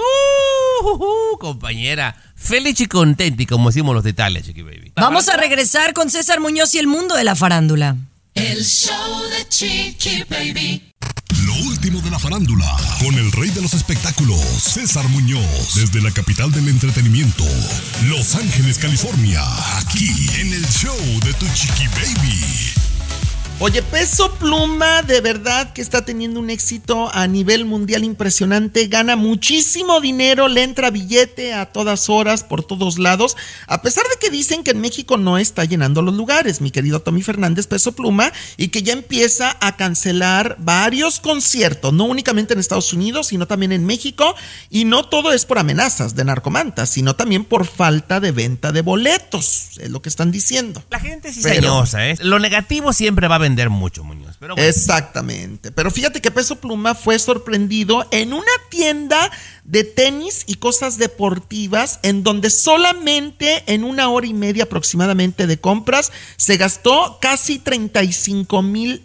compañera, feliz y contenti, como decimos los de Italia, Chiqui Baby. Vamos a regresar con César Muñoz y el mundo de la farándula. El show de Chiqui Baby. Lo último de la farándula, con el rey de los espectáculos, César Muñoz, desde la capital del entretenimiento, Los Ángeles, California, aquí en el show de tu Chiqui Baby. Oye, Peso Pluma de verdad que está teniendo un éxito a nivel mundial impresionante, gana muchísimo dinero, le entra billete a todas horas, por todos lados, a pesar de que dicen que en México no está llenando los lugares, mi querido Tommy Fernández, Peso Pluma, y que ya empieza a cancelar varios conciertos, no únicamente en Estados Unidos, sino también en México, y no todo es por amenazas de narcomantas, sino también por falta de venta de boletos, es lo que están diciendo. La gente es cizañosa, ¿eh? Lo negativo siempre va a vender mucho, Muñoz. Pero bueno. Exactamente. Pero fíjate que Peso Pluma fue sorprendido en una tienda de tenis y cosas deportivas en donde solamente en 1 hora y media aproximadamente de compras se gastó casi $35,000.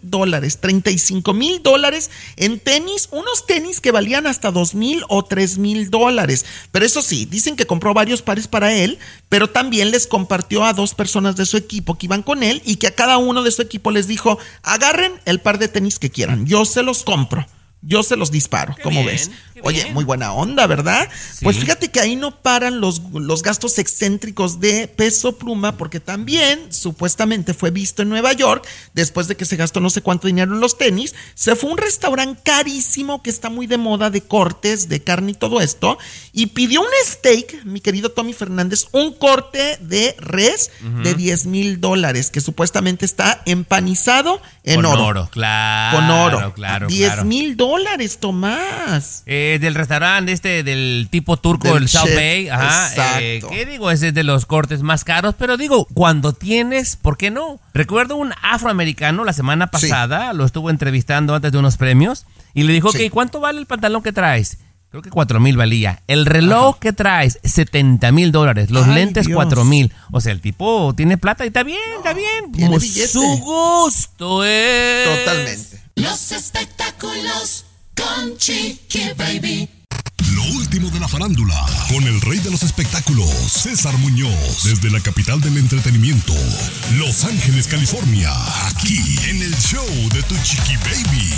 $35,000 en tenis, unos tenis que valían hasta $2,000 o $3,000. Pero eso sí, dicen que compró varios pares para él, pero también les compartió a 2 personas de su equipo que iban con él y que a cada uno de su equipo les dijo: agarren el par de tenis que quieran, yo se los compro, yo se los disparo. ¿Cómo ves? Oye, muy buena onda, ¿verdad? Sí. Pues fíjate que ahí no paran los gastos excéntricos de Peso Pluma, porque también supuestamente fue visto en Nueva York, después de que se gastó no sé cuánto dinero en los tenis, se fue a un restaurante carísimo que está muy de moda de cortes, de carne y todo esto, y pidió un steak, mi querido Tommy Fernández, un corte de res de $10,000, que supuestamente está empanizado en oro. Con oro, claro. Con oro. Claro. $10,000, Tomás. Del restaurante del tipo turco, el South Bay. Ajá. ¿Qué digo? Ese es de los cortes más caros, pero digo, cuando tienes, ¿por qué no? Recuerdo un afroamericano la semana pasada, lo estuvo entrevistando antes de unos premios, y le dijo, ok, ¿cuánto vale el pantalón que traes? Creo que $4,000 valía. El reloj que traes, $70,000. Los lentes, Dios. $4,000. O sea, el tipo tiene plata y está bien, está bien. Tiene billete. Su gusto es. Totalmente. Los espectáculos con Chiqui Baby. Lo último de la farándula, con el rey de los espectáculos, César Muñoz, desde la capital del entretenimiento, Los Ángeles, California, aquí en el show de Tu Chiqui Baby.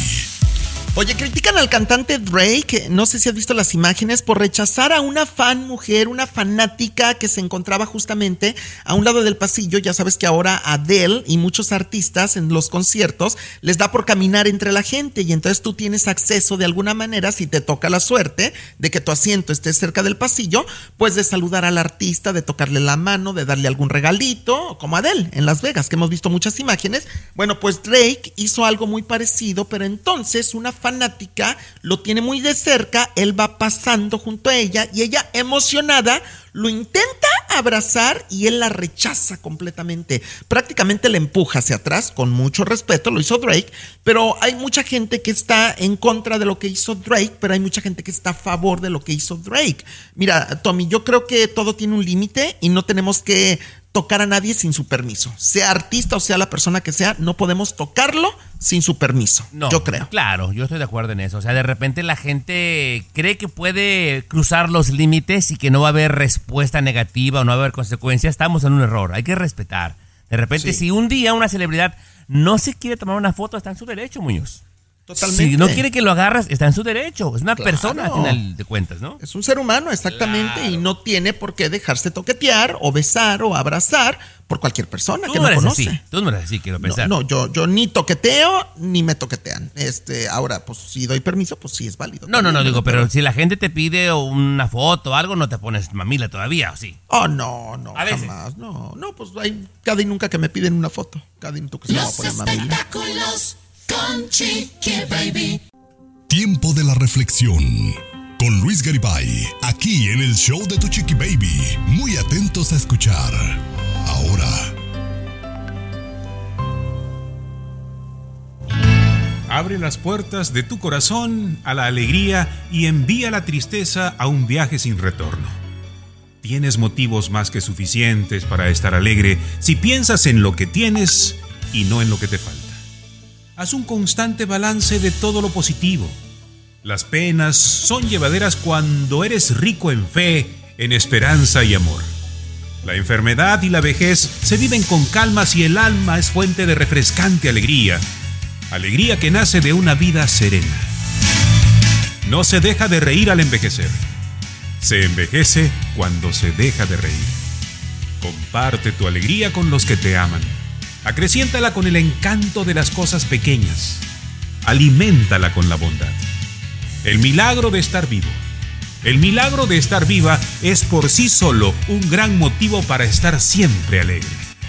Oye, critican al cantante Drake, no sé si has visto las imágenes, por rechazar a una fan mujer, una fanática que se encontraba justamente a un lado del pasillo. Ya sabes que ahora Adele y muchos artistas en los conciertos les da por caminar entre la gente, y entonces tú tienes acceso de alguna manera, si te toca la suerte de que tu asiento esté cerca del pasillo, pues de saludar al artista, de tocarle la mano, de darle algún regalito, como Adele en Las Vegas, que hemos visto muchas imágenes. Bueno, pues Drake hizo algo muy parecido, pero entonces una fanática lo tiene muy de cerca, él va pasando junto a ella y ella, emocionada, lo intenta abrazar y él la rechaza completamente, prácticamente la empuja hacia atrás. Con mucho respeto lo hizo Drake, pero hay mucha gente que está en contra de lo que hizo Drake, pero hay mucha gente que está a favor de lo que hizo Drake. Mira, Tommy, yo creo que todo tiene un límite y no tenemos que tocar a nadie sin su permiso, sea artista o sea la persona que sea, no podemos tocarlo sin su permiso, no, yo creo. Claro, yo estoy de acuerdo en eso. O sea, de repente la gente cree que puede cruzar los límites y que no va a haber respuesta negativa o no va a haber consecuencias. Estamos en un error, hay que respetar. De repente, si un día una celebridad no se quiere tomar una foto, está en su derecho, Muñoz. Totalmente. Si no quiere que lo agarras, está en su derecho. Es una persona al final de cuentas, ¿no? Es un ser humano, exactamente, y no tiene por qué dejarse toquetear o besar o abrazar por cualquier persona que no conoce. Así. Tú no eres así, quiero pensar. No, yo ni toqueteo ni me toquetean. Ahora, pues si doy permiso, pues sí es válido. No, digo, pero si la gente te pide una foto o algo, no te pones mamila todavía, ¿o sí? Oh, no, jamás. No, pues hay cada y nunca que me piden una foto. Cada y nunca se me va a poner mamila. Espectáculos con Chiqui Baby. Tiempo de la reflexión con Luis Garibay, aquí en el show de Tu Chiqui Baby. Muy atentos a escuchar. Ahora. Abre las puertas de tu corazón a la alegría y envía la tristeza a un viaje sin retorno. Tienes motivos más que suficientes para estar alegre si piensas en lo que tienes y no en lo que te falta. Haz un constante balance de todo lo positivo. Las penas son llevaderas cuando eres rico en fe, en esperanza y amor. La enfermedad y la vejez se viven con calma si el alma es fuente de refrescante alegría. Alegría que nace de una vida serena. No se deja de reír al envejecer. Se envejece cuando se deja de reír. Comparte tu alegría con los que te aman. Acreciéntala con el encanto de las cosas pequeñas. Aliméntala con la bondad. El milagro de estar vivo. El milagro de estar viva es por sí solo un gran motivo para estar siempre alegre.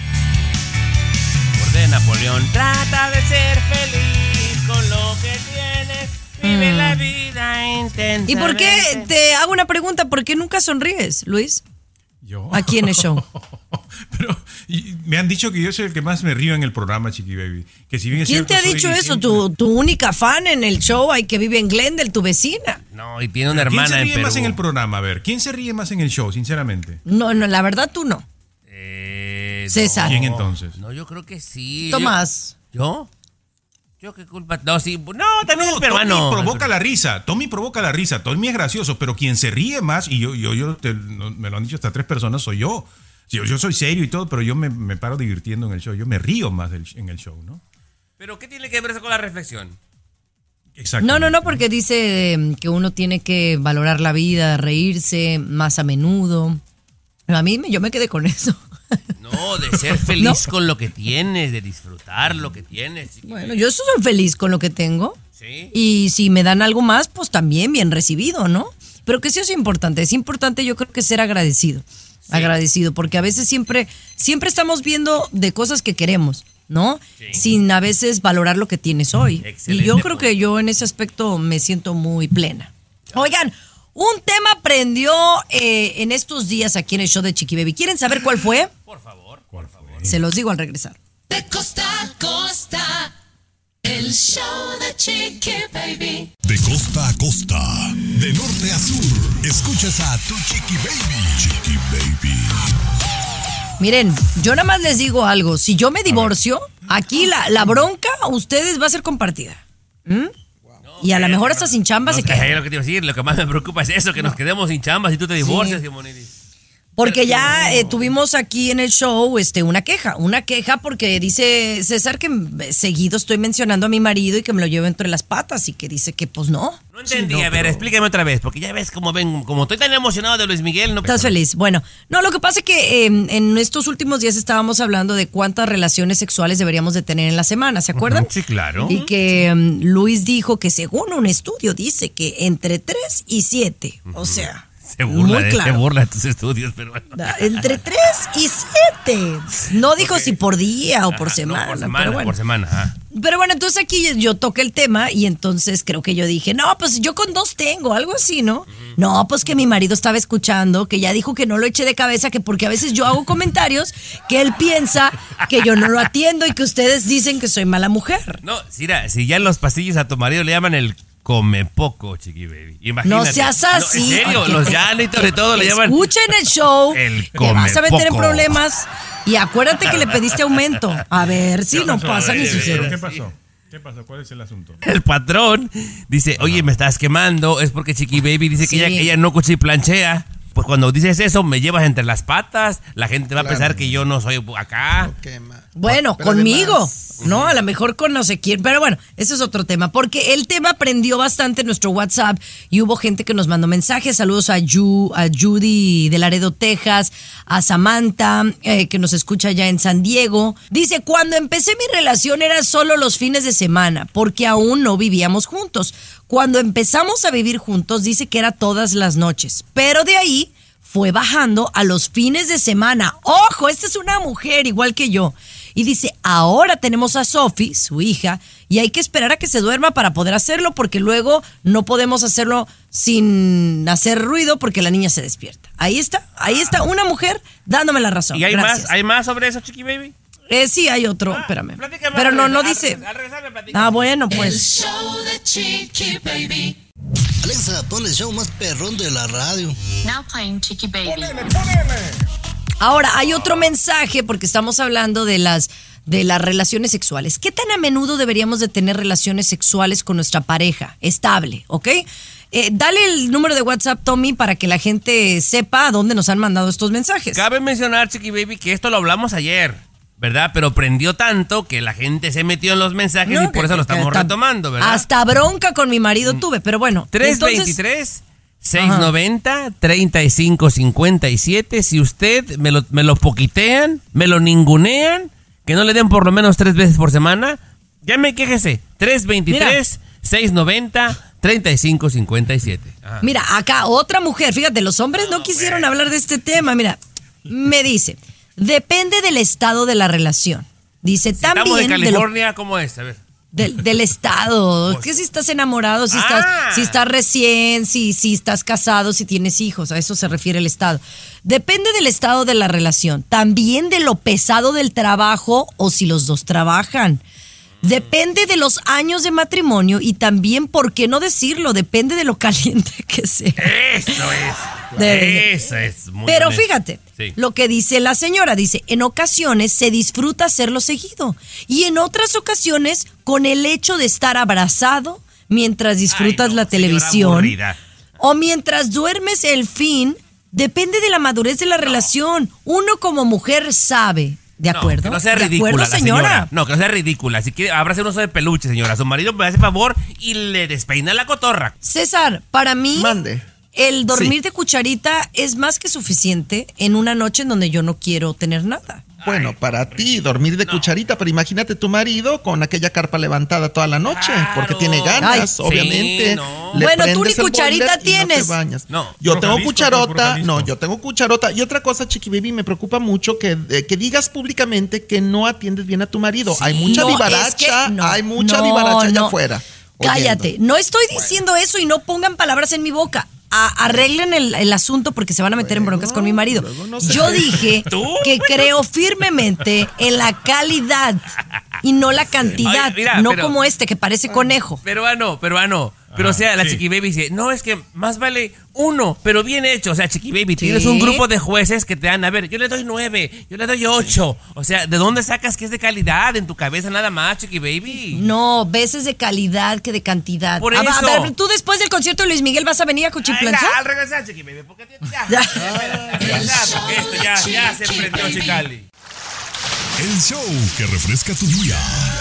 De Napoleón, trata de ser feliz con lo que tienes, vive la vida intensamente. ¿Y por qué, te hago una pregunta, por qué nunca sonríes, Luis? ¿Yo? Aquí en el show. Pero me han dicho que yo soy el que más me río en el programa, Chiqui Baby. Que si bien es ¿Quién cierto, te ha dicho eso? Tu única fan en el show, hay que vive en Glendale, tu vecina. No, y tiene una hermana en Perú. ¿Quién se ríe más en el programa? A ver, ¿quién se ríe más en el show, sinceramente? No, la verdad tú no. César. ¿Quién entonces? No, yo creo que sí. Tomás. ¿Yo? ¿Yo qué culpa? No, sí. No, también el peruano. Tommy provoca la risa. Tommy provoca la risa. Tommy es gracioso, pero quien se ríe más, y me lo han dicho hasta 3 personas, soy yo. Yo soy serio y todo, pero yo me paro divirtiendo en el show. Yo me río más en el show, ¿no? ¿Pero qué tiene que ver eso con la reflexión? Exacto. No, porque dice que uno tiene que valorar la vida, reírse más a menudo. A mí yo me quedé con eso. No, de ser feliz con lo que tienes, de disfrutar lo que tienes. Bueno, yo soy feliz con lo que tengo. Sí. Y si me dan algo más, pues también bien recibido, ¿no? Pero que sí es importante. Es importante, yo creo que ser agradecido. Sí. Agradecido, porque a veces siempre estamos viendo de cosas que queremos, ¿no? Sí. Sin a veces valorar lo que tienes hoy. Excelente, y yo creo que yo en ese aspecto me siento muy plena. Oigan, un tema prendió en estos días aquí en el show de Chiqui Baby. ¿Quieren saber cuál fue? Por favor. Se los digo al regresar. De costa a costa, el show de Chiqui Baby. De costa a costa, de norte a sur, escuchas a tu Chiqui Baby. Chiqui Baby. Miren, yo nada más les digo algo. Si yo me divorcio, aquí la bronca a ustedes va a ser compartida. Y a lo mejor hasta sin chamba se queda. Lo que te iba a decir, lo que más me preocupa es eso, que nos quedemos sin chamba si tú te divorcias, Simonides. Porque ya tuvimos aquí en el show una queja porque dice César que seguido estoy mencionando a mi marido y que me lo llevo entre las patas y que dice que pues no. No entendí, a ver, explícame otra vez, porque ya ves como estoy tan emocionado de Luis Miguel. No. Estás feliz. Bueno, no, lo que pasa es que en estos últimos días estábamos hablando de cuántas relaciones sexuales deberíamos de tener en la semana, ¿se acuerdan? Sí, claro. Y que Luis dijo que según un estudio dice que entre 3 y 7, o sea... Se burla de tus estudios, pero bueno. Entre 3 y 7. No dijo si por día o por semana. No, por semana, pero bueno. por semana. Pero bueno, entonces aquí yo toqué el tema y entonces creo que yo dije, no, pues yo con 2 tengo, algo así, ¿no? No, pues que mi marido estaba escuchando, que ya dijo que no lo eché de cabeza, que porque a veces yo hago comentarios que él piensa que yo no lo atiendo y que ustedes dicen que soy mala mujer. No, mira, si ya en los pasillos a tu marido le llaman el come poco, Chiqui Baby. Imagínate. No seas así. No, en serio, los janitos y todo le llaman. Escuchen el show. El te vas a meter poco. en problemas. Y acuérdate que le pediste aumento. A ver si no pasa ni sucede. ¿Qué pasó? ¿Qué pasó? ¿Cuál es el asunto? El patrón dice, oye, me estás quemando. Es porque Chiqui Baby dice que ella no cuchiplanchea. Pues cuando dices eso, me llevas entre las patas. La gente va a pensar que yo no soy acá. Bueno, pero conmigo, además, ¿no? A lo mejor con no sé quién. Pero bueno, ese es otro tema. Porque el tema prendió bastante en nuestro WhatsApp y hubo gente que nos mandó mensajes. Saludos a Judy de Laredo, Texas, a Samantha, que nos escucha ya en San Diego. Dice, cuando empecé mi relación era solo los fines de semana, porque aún no vivíamos juntos. Cuando empezamos a vivir juntos, dice que era todas las noches. Pero de ahí fue bajando a los fines de semana. ¡Ojo! Esta es una mujer igual que yo. Y dice, ahora tenemos a Sophie, su hija, y hay que esperar a que se duerma para poder hacerlo, porque luego no podemos hacerlo sin hacer ruido porque la niña se despierta. Ahí está una mujer dándome la razón. ¿Y hay Gracias. ¿Hay más sobre eso, Chiqui Baby? Sí, hay otro, espérame. Pero no dice. Al regresar me platicas. Bueno, pues. El show de Chiqui Baby. Alexa, pon el show más perrón de la radio. Now playing Chiqui Baby. ¡Ponele! Ahora, hay otro mensaje porque estamos hablando de las relaciones sexuales. ¿Qué tan a menudo deberíamos de tener relaciones sexuales con nuestra pareja? Estable, ¿ok? Dale el número de WhatsApp, Tommy, para que la gente sepa a dónde nos han mandado estos mensajes. Cabe mencionar, Chiqui Baby, que esto lo hablamos ayer, ¿verdad? Pero prendió tanto que la gente se metió en los mensajes y por eso lo estamos retomando, ¿verdad? Hasta bronca con mi marido tuve, pero bueno. 323-690-3557. Si usted me lo poquitean, me lo ningunean, que no le den por lo menos 3 veces por semana, llame y quéjese. 323-690-3557. Mira, acá otra mujer, fíjate, los hombres no quisieron hablar de este tema. Mira, me dice, depende del estado de la relación. Dice, también... Estamos de California, ¿cómo es? A ver. Del estado, que si estás enamorado, si estás recién, si estás casado, si tienes hijos, a eso se refiere el estado. Depende del estado de la relación, también de lo pesado del trabajo o si los dos trabajan. Depende de los años de matrimonio y también, ¿por qué no decirlo? Depende de lo caliente que sea. Eso es muy Pero honesto. fíjate, Sí. lo que dice la señora, dice, en ocasiones se disfruta hacerlo seguido y en otras ocasiones con el hecho de estar abrazado mientras disfrutas la televisión o mientras duermes el fin, depende de la madurez de la relación. Uno como mujer sabe. ¿De acuerdo? Que no sea ¿De ridícula acuerdo, la señora? señora. No, que no sea ridícula. Si quiere, abrace un oso de peluche, señora. Su marido me hace favor y le despeina la cotorra. César, para mí, el dormir de cucharita es más que suficiente en una noche en donde yo no quiero tener nada. Bueno, para ti, dormir de cucharita, pero imagínate tu marido con aquella carpa levantada toda la noche, porque tiene ganas, obviamente. Le Bueno, tú ni prendes el cucharita boiler y no te tienes. bañas. No, yo tengo Jalisco, cucharota, Jalisco. no, yo tengo cucharota. Y otra cosa, Chiqui Baby, me preocupa mucho que digas públicamente que no atiendes bien a tu marido. Hay mucha No, vivaracha, es que hay mucha vivaracha allá afuera. Cállate, oyendo. no estoy diciendo eso y no pongan palabras en mi boca. Arreglen el asunto porque se van a meter en broncas con mi marido. Yo dije que creo firmemente en la calidad y no la cantidad. Ay, mira, no pero- como este que parece conejo. Peruano. Pero o sea, la sí. Chiqui Baby dice, no, es que más vale uno, pero bien hecho. O sea, Chiqui Baby, tienes un grupo de jueces que te dan, a ver, yo le doy 9, yo le doy 8. O sea, ¿de dónde sacas que es de calidad? En tu cabeza nada más, Chiqui Baby. No, veces de calidad que de cantidad. Por A eso. ver, tú después del concierto de Luis Miguel vas a venir a Cuchiplanza. Al regresar, Chiqui Baby, porque ya, espérate, regresar, porque esto ya se prendió, Chicali. El show que refresca tu día.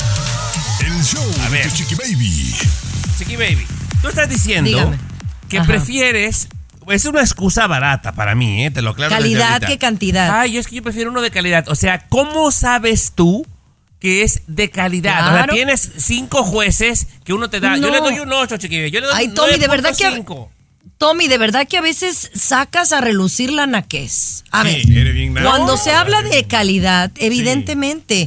El show de tu Chiqui Baby. Chiqui Baby, tú estás diciendo Dígame. que Ajá. prefieres... Es una excusa barata para mí, te lo aclaro. desde Calidad ahorita. que cantidad. Ay, es que yo prefiero uno de calidad. O sea, ¿cómo sabes tú que es de calidad? O sea, Claro. tienes 5 jueces que uno te da. Yo No. le doy un 8, Chiqui Baby. Yo le doy Ay, un Tommy, de verdad que... 9.5. Tommy, de verdad que a veces sacas a relucir la naquez. A ver, Sí, eres bien naco. cuando se habla de calidad, evidentemente,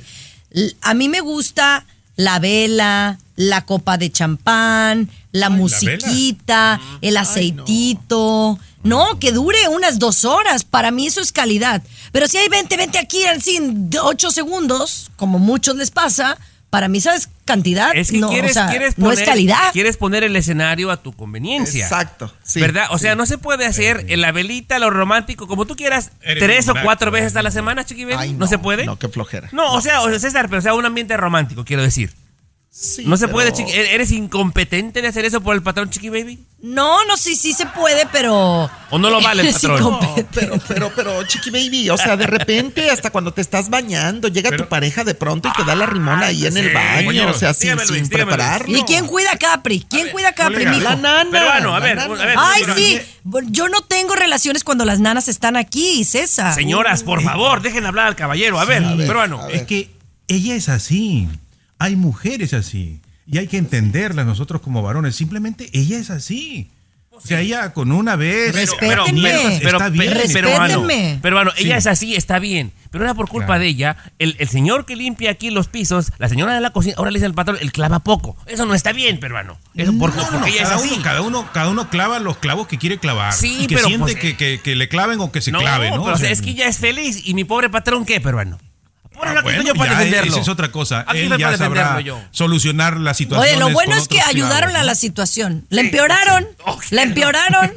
a mí me gusta la vela, la copa de champán, la musiquita, el aceitito. No, que dure unas 2 horas. Para mí eso es calidad. Pero si hay 20 aquí así en 8 segundos, como muchos les pasa, para mí, ¿sabes? Cantidad Es que no, quieres, o sea, quieres no poner, es calidad. Quieres poner el escenario a tu conveniencia. Exacto, sí, ¿verdad? O sea, sí. no se puede hacer en la velita, lo romántico, como tú quieras, Eres 3 o un 4 naco, veces a la semana, Chiqui Baby. Ay, ¿No se puede? No, qué flojera. No, o sea, César, pero o sea, un ambiente romántico, quiero decir. Sí, No se pero- puede, Chiqui. ¿Eres incompetente de hacer eso por el patrón, Chiqui Baby? No, sí se puede, pero... ¿O no lo vale el Es patrón? incompetente. Pero, Chiqui Baby, o sea, de repente, hasta cuando te estás bañando, llega tu pareja de pronto y te da la rimona ahí en el baño, o sea, sin, Dígame, Luis, sin dígame, Luis. prepararlo. ¿Y quién cuida a Capri? ¿Quién cuida a Capri, colega, mijo? La nana. Peruano, a la ver, nana. a ver. Ay, pero- sí. Yo no tengo relaciones cuando las nanas están aquí, César. Señoras, por favor, dejen hablar al caballero. A ver, peruano. Es que ella es así. Hay mujeres así. Y hay que entenderlas nosotros como varones. Simplemente ella es así. O sea, ella con una vez... Respétenme. Está bien. Respétenme. Peruano, Sí. ella es así, está bien. Pero era por culpa de ella. El señor que limpia aquí los pisos, la señora de la cocina, ahora le dice al patrón, él clava poco. Eso no está bien, peruano. Eso porque ella es así. Cada uno clava los clavos que quiere clavar. Sí, y que pero, siente pues, que le claven o que se clave, ¿no? pero O sea, es que ella es feliz. ¿Y mi pobre patrón qué, peruano? Por eso aquí estoy yo para ya, defenderlo. esa es otra cosa. Aquí Él estoy ya para sabrá defenderlo yo. solucionar la situación. Oye, lo bueno es que ayudaron a la situación. La empeoraron. La empeoraron.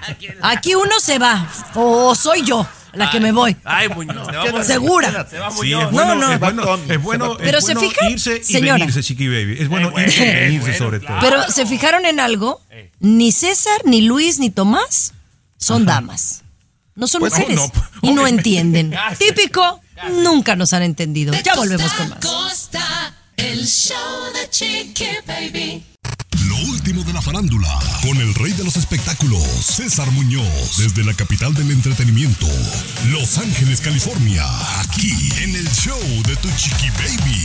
Aquí uno se va. O soy yo la que me voy. Ay, Muñoz. se va Muñoz. Segura. Se va Sí, Muñoz. es bueno, No. es bueno, Pero es se bueno fija, irse y señora. venirse, Chiqui Baby. Es bueno irse y venirse sobre todo. Pero ¿se fijaron en algo? Ni César, ni Luis, ni Tomás son damas. No son Pues, mujeres. no, y no obviamente. entienden. Típico. Nunca nos han entendido. Ya volvemos con más. Costa, el show de Chiqui Baby. Lo último de la farándula, con el rey de los espectáculos, César Muñoz, desde la capital del entretenimiento, Los Ángeles, California, aquí en el show de Tu Chiqui Baby.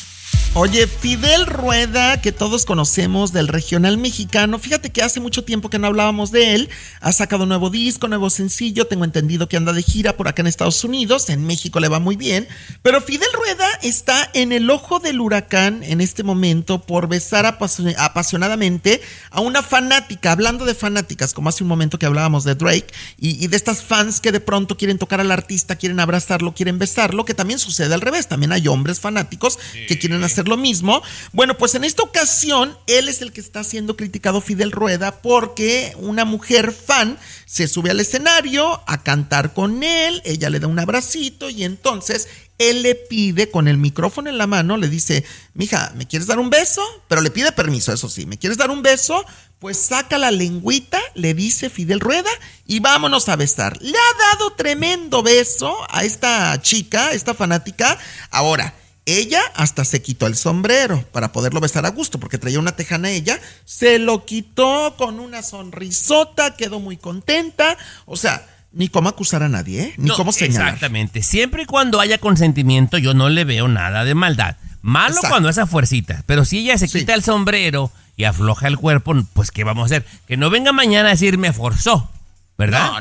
Oye, Fidel Rueda, que todos conocemos del regional mexicano, fíjate que hace mucho tiempo que no hablábamos de él, ha sacado un nuevo disco, nuevo sencillo, tengo entendido que anda de gira por acá en Estados Unidos, en México le va muy bien, pero Fidel Rueda está en el ojo del huracán en este momento por besar apasionadamente a una fanática, hablando de fanáticas, como hace un momento que hablábamos de Drake, y de estas fans que de pronto quieren tocar al artista, quieren abrazarlo, quieren besarlo, que también sucede al revés, también hay hombres fanáticos que quieren hacer lo mismo. Bueno, pues en esta ocasión él es el que está siendo criticado, Fidel Rueda, porque una mujer fan se sube al escenario a cantar con él, ella le da un abracito y entonces él le pide con el micrófono en la mano, le dice: mija, ¿me quieres dar un beso? Pero le pide permiso, eso sí, ¿me quieres dar un beso? Pues saca la lengüita, le dice Fidel Rueda, y vámonos a besar. Le ha dado tremendo beso a esta chica, esta fanática. Ahora, ella hasta se quitó el sombrero para poderlo besar a gusto, porque traía una tejana ella, se lo quitó con una sonrisota, quedó muy contenta, o sea, ni cómo acusar a nadie, ¿eh? Ni cómo señalar. Exactamente, siempre y cuando haya consentimiento yo no le veo nada de maldad. Malo cuando es a fuercita, pero si ella se quita el sombrero y afloja el cuerpo, pues ¿qué vamos a hacer? Que no venga mañana a decir me forzó. ¿Verdad?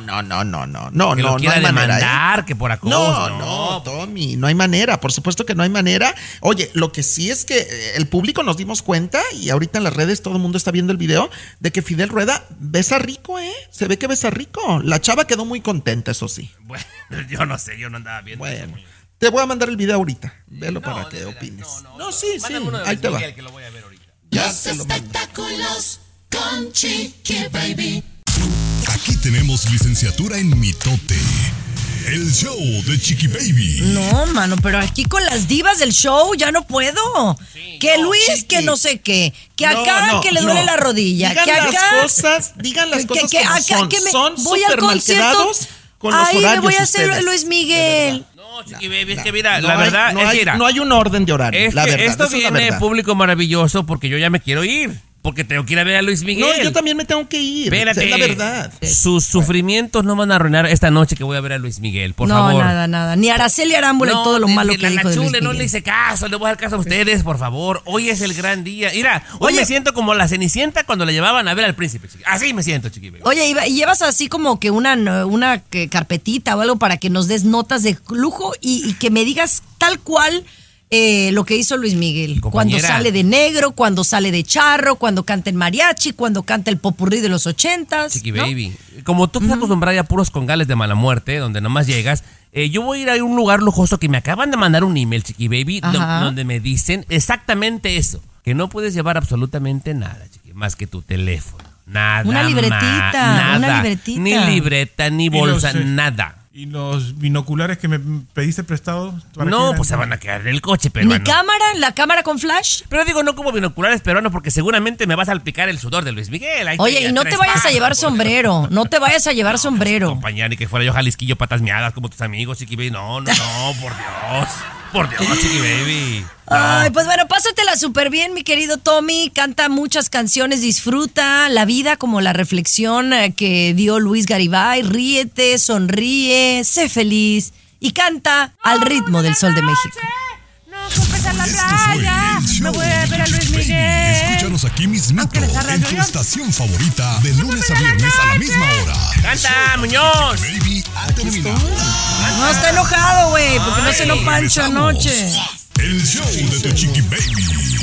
No, que lo quiera hay manera, demandar, que por acoso. No, Tommy, no hay manera, por supuesto que no hay manera. Oye, lo que sí es que el público nos dimos cuenta, y ahorita en las redes todo el mundo está viendo el video, de que Fidel Rueda besa rico, se ve que besa rico. La chava quedó muy contenta, eso sí. Bueno, yo no sé, yo no andaba viendo. Bueno, te voy a mandar el video ahorita, velo para que opines. No, sí, ahí te va. Que lo voy a ver ahorita. Los espectáculos con Chiqui Baby. Aquí tenemos licenciatura en mitote. El show de Chiqui Baby. No, mano, pero aquí con las divas del show ya no puedo. Sí, que Luis, Chiqui, que no sé qué. Que acá, que le duele la rodilla. Digan que acá, digan las cosas que como acá, son. Que son voy al concierto con los horarios. Me voy a hacer ustedes, Luis Miguel. No, Chiqui Baby, es que mira, la verdad no hay un orden de horario. Es la que verdad, esto viene público maravilloso porque yo ya me quiero ir. Porque tengo que ir a ver a Luis Miguel. No, yo también me tengo que ir. Espérate. Es la verdad. Sus sufrimientos no van a arruinar esta noche que voy a ver a Luis Miguel, por favor. No, nada. Ni Araceli Arámbula y todo lo malo que dijo de Luis Miguel. No le hice caso, le voy a dar caso a ustedes, por favor. Hoy es el gran día. Mira, hoy me siento como la Cenicienta cuando la llevaban a ver al príncipe. Así me siento, Chiqui Baby. Oye, y llevas así como que una carpetita o algo para que nos des notas de lujo y que me digas tal cual lo que hizo Luis Miguel. Cuando sale de negro, cuando sale de charro, cuando canta en mariachi, cuando canta el popurrí de los 80s. Chiqui Baby, como tú estás acostumbrada a puros congales de mala muerte, donde nomás llegas, yo voy a ir a un lugar lujoso que me acaban de mandar un email, Chiqui Baby, donde me dicen exactamente eso, que no puedes llevar absolutamente nada, Chiqui, más que tu teléfono. Nada. Una libretita. Ni libreta, ni bolsa, nada. ¿Y los binoculares que me pediste prestados? No, pues se van a quedar en el coche peruano. ¿Mi cámara? ¿La cámara con flash? Pero digo, no como binoculares peruanos, porque seguramente me vas a salpicar el sudor de Luis Miguel. Oye, y no te vayas a llevar sombrero. No te vayas a llevar sombrero. Compañera, ni que fuera yo jalisquillo patas miadas como tus amigos, Chiqui Baby. No, por Dios. Por Dios, Chiqui Baby. No. Ay, pues bueno, pásatela súper bien, mi querido Tommy. Canta muchas canciones, disfruta la vida como la reflexión que dio Luis Garibay. Ríete, sonríe, sé feliz y canta al ritmo del Sol de México. Esto fue el show. Me voy a ver a Luis Miguel. Escúchanos aquí mismito en tu estación favorita de lunes a viernes a la misma hora. ¡Canta, Muñoz! Baby ha terminado. No, está enojado, güey, porque no cenó Pancho anoche. El show de Tu Chiqui Baby.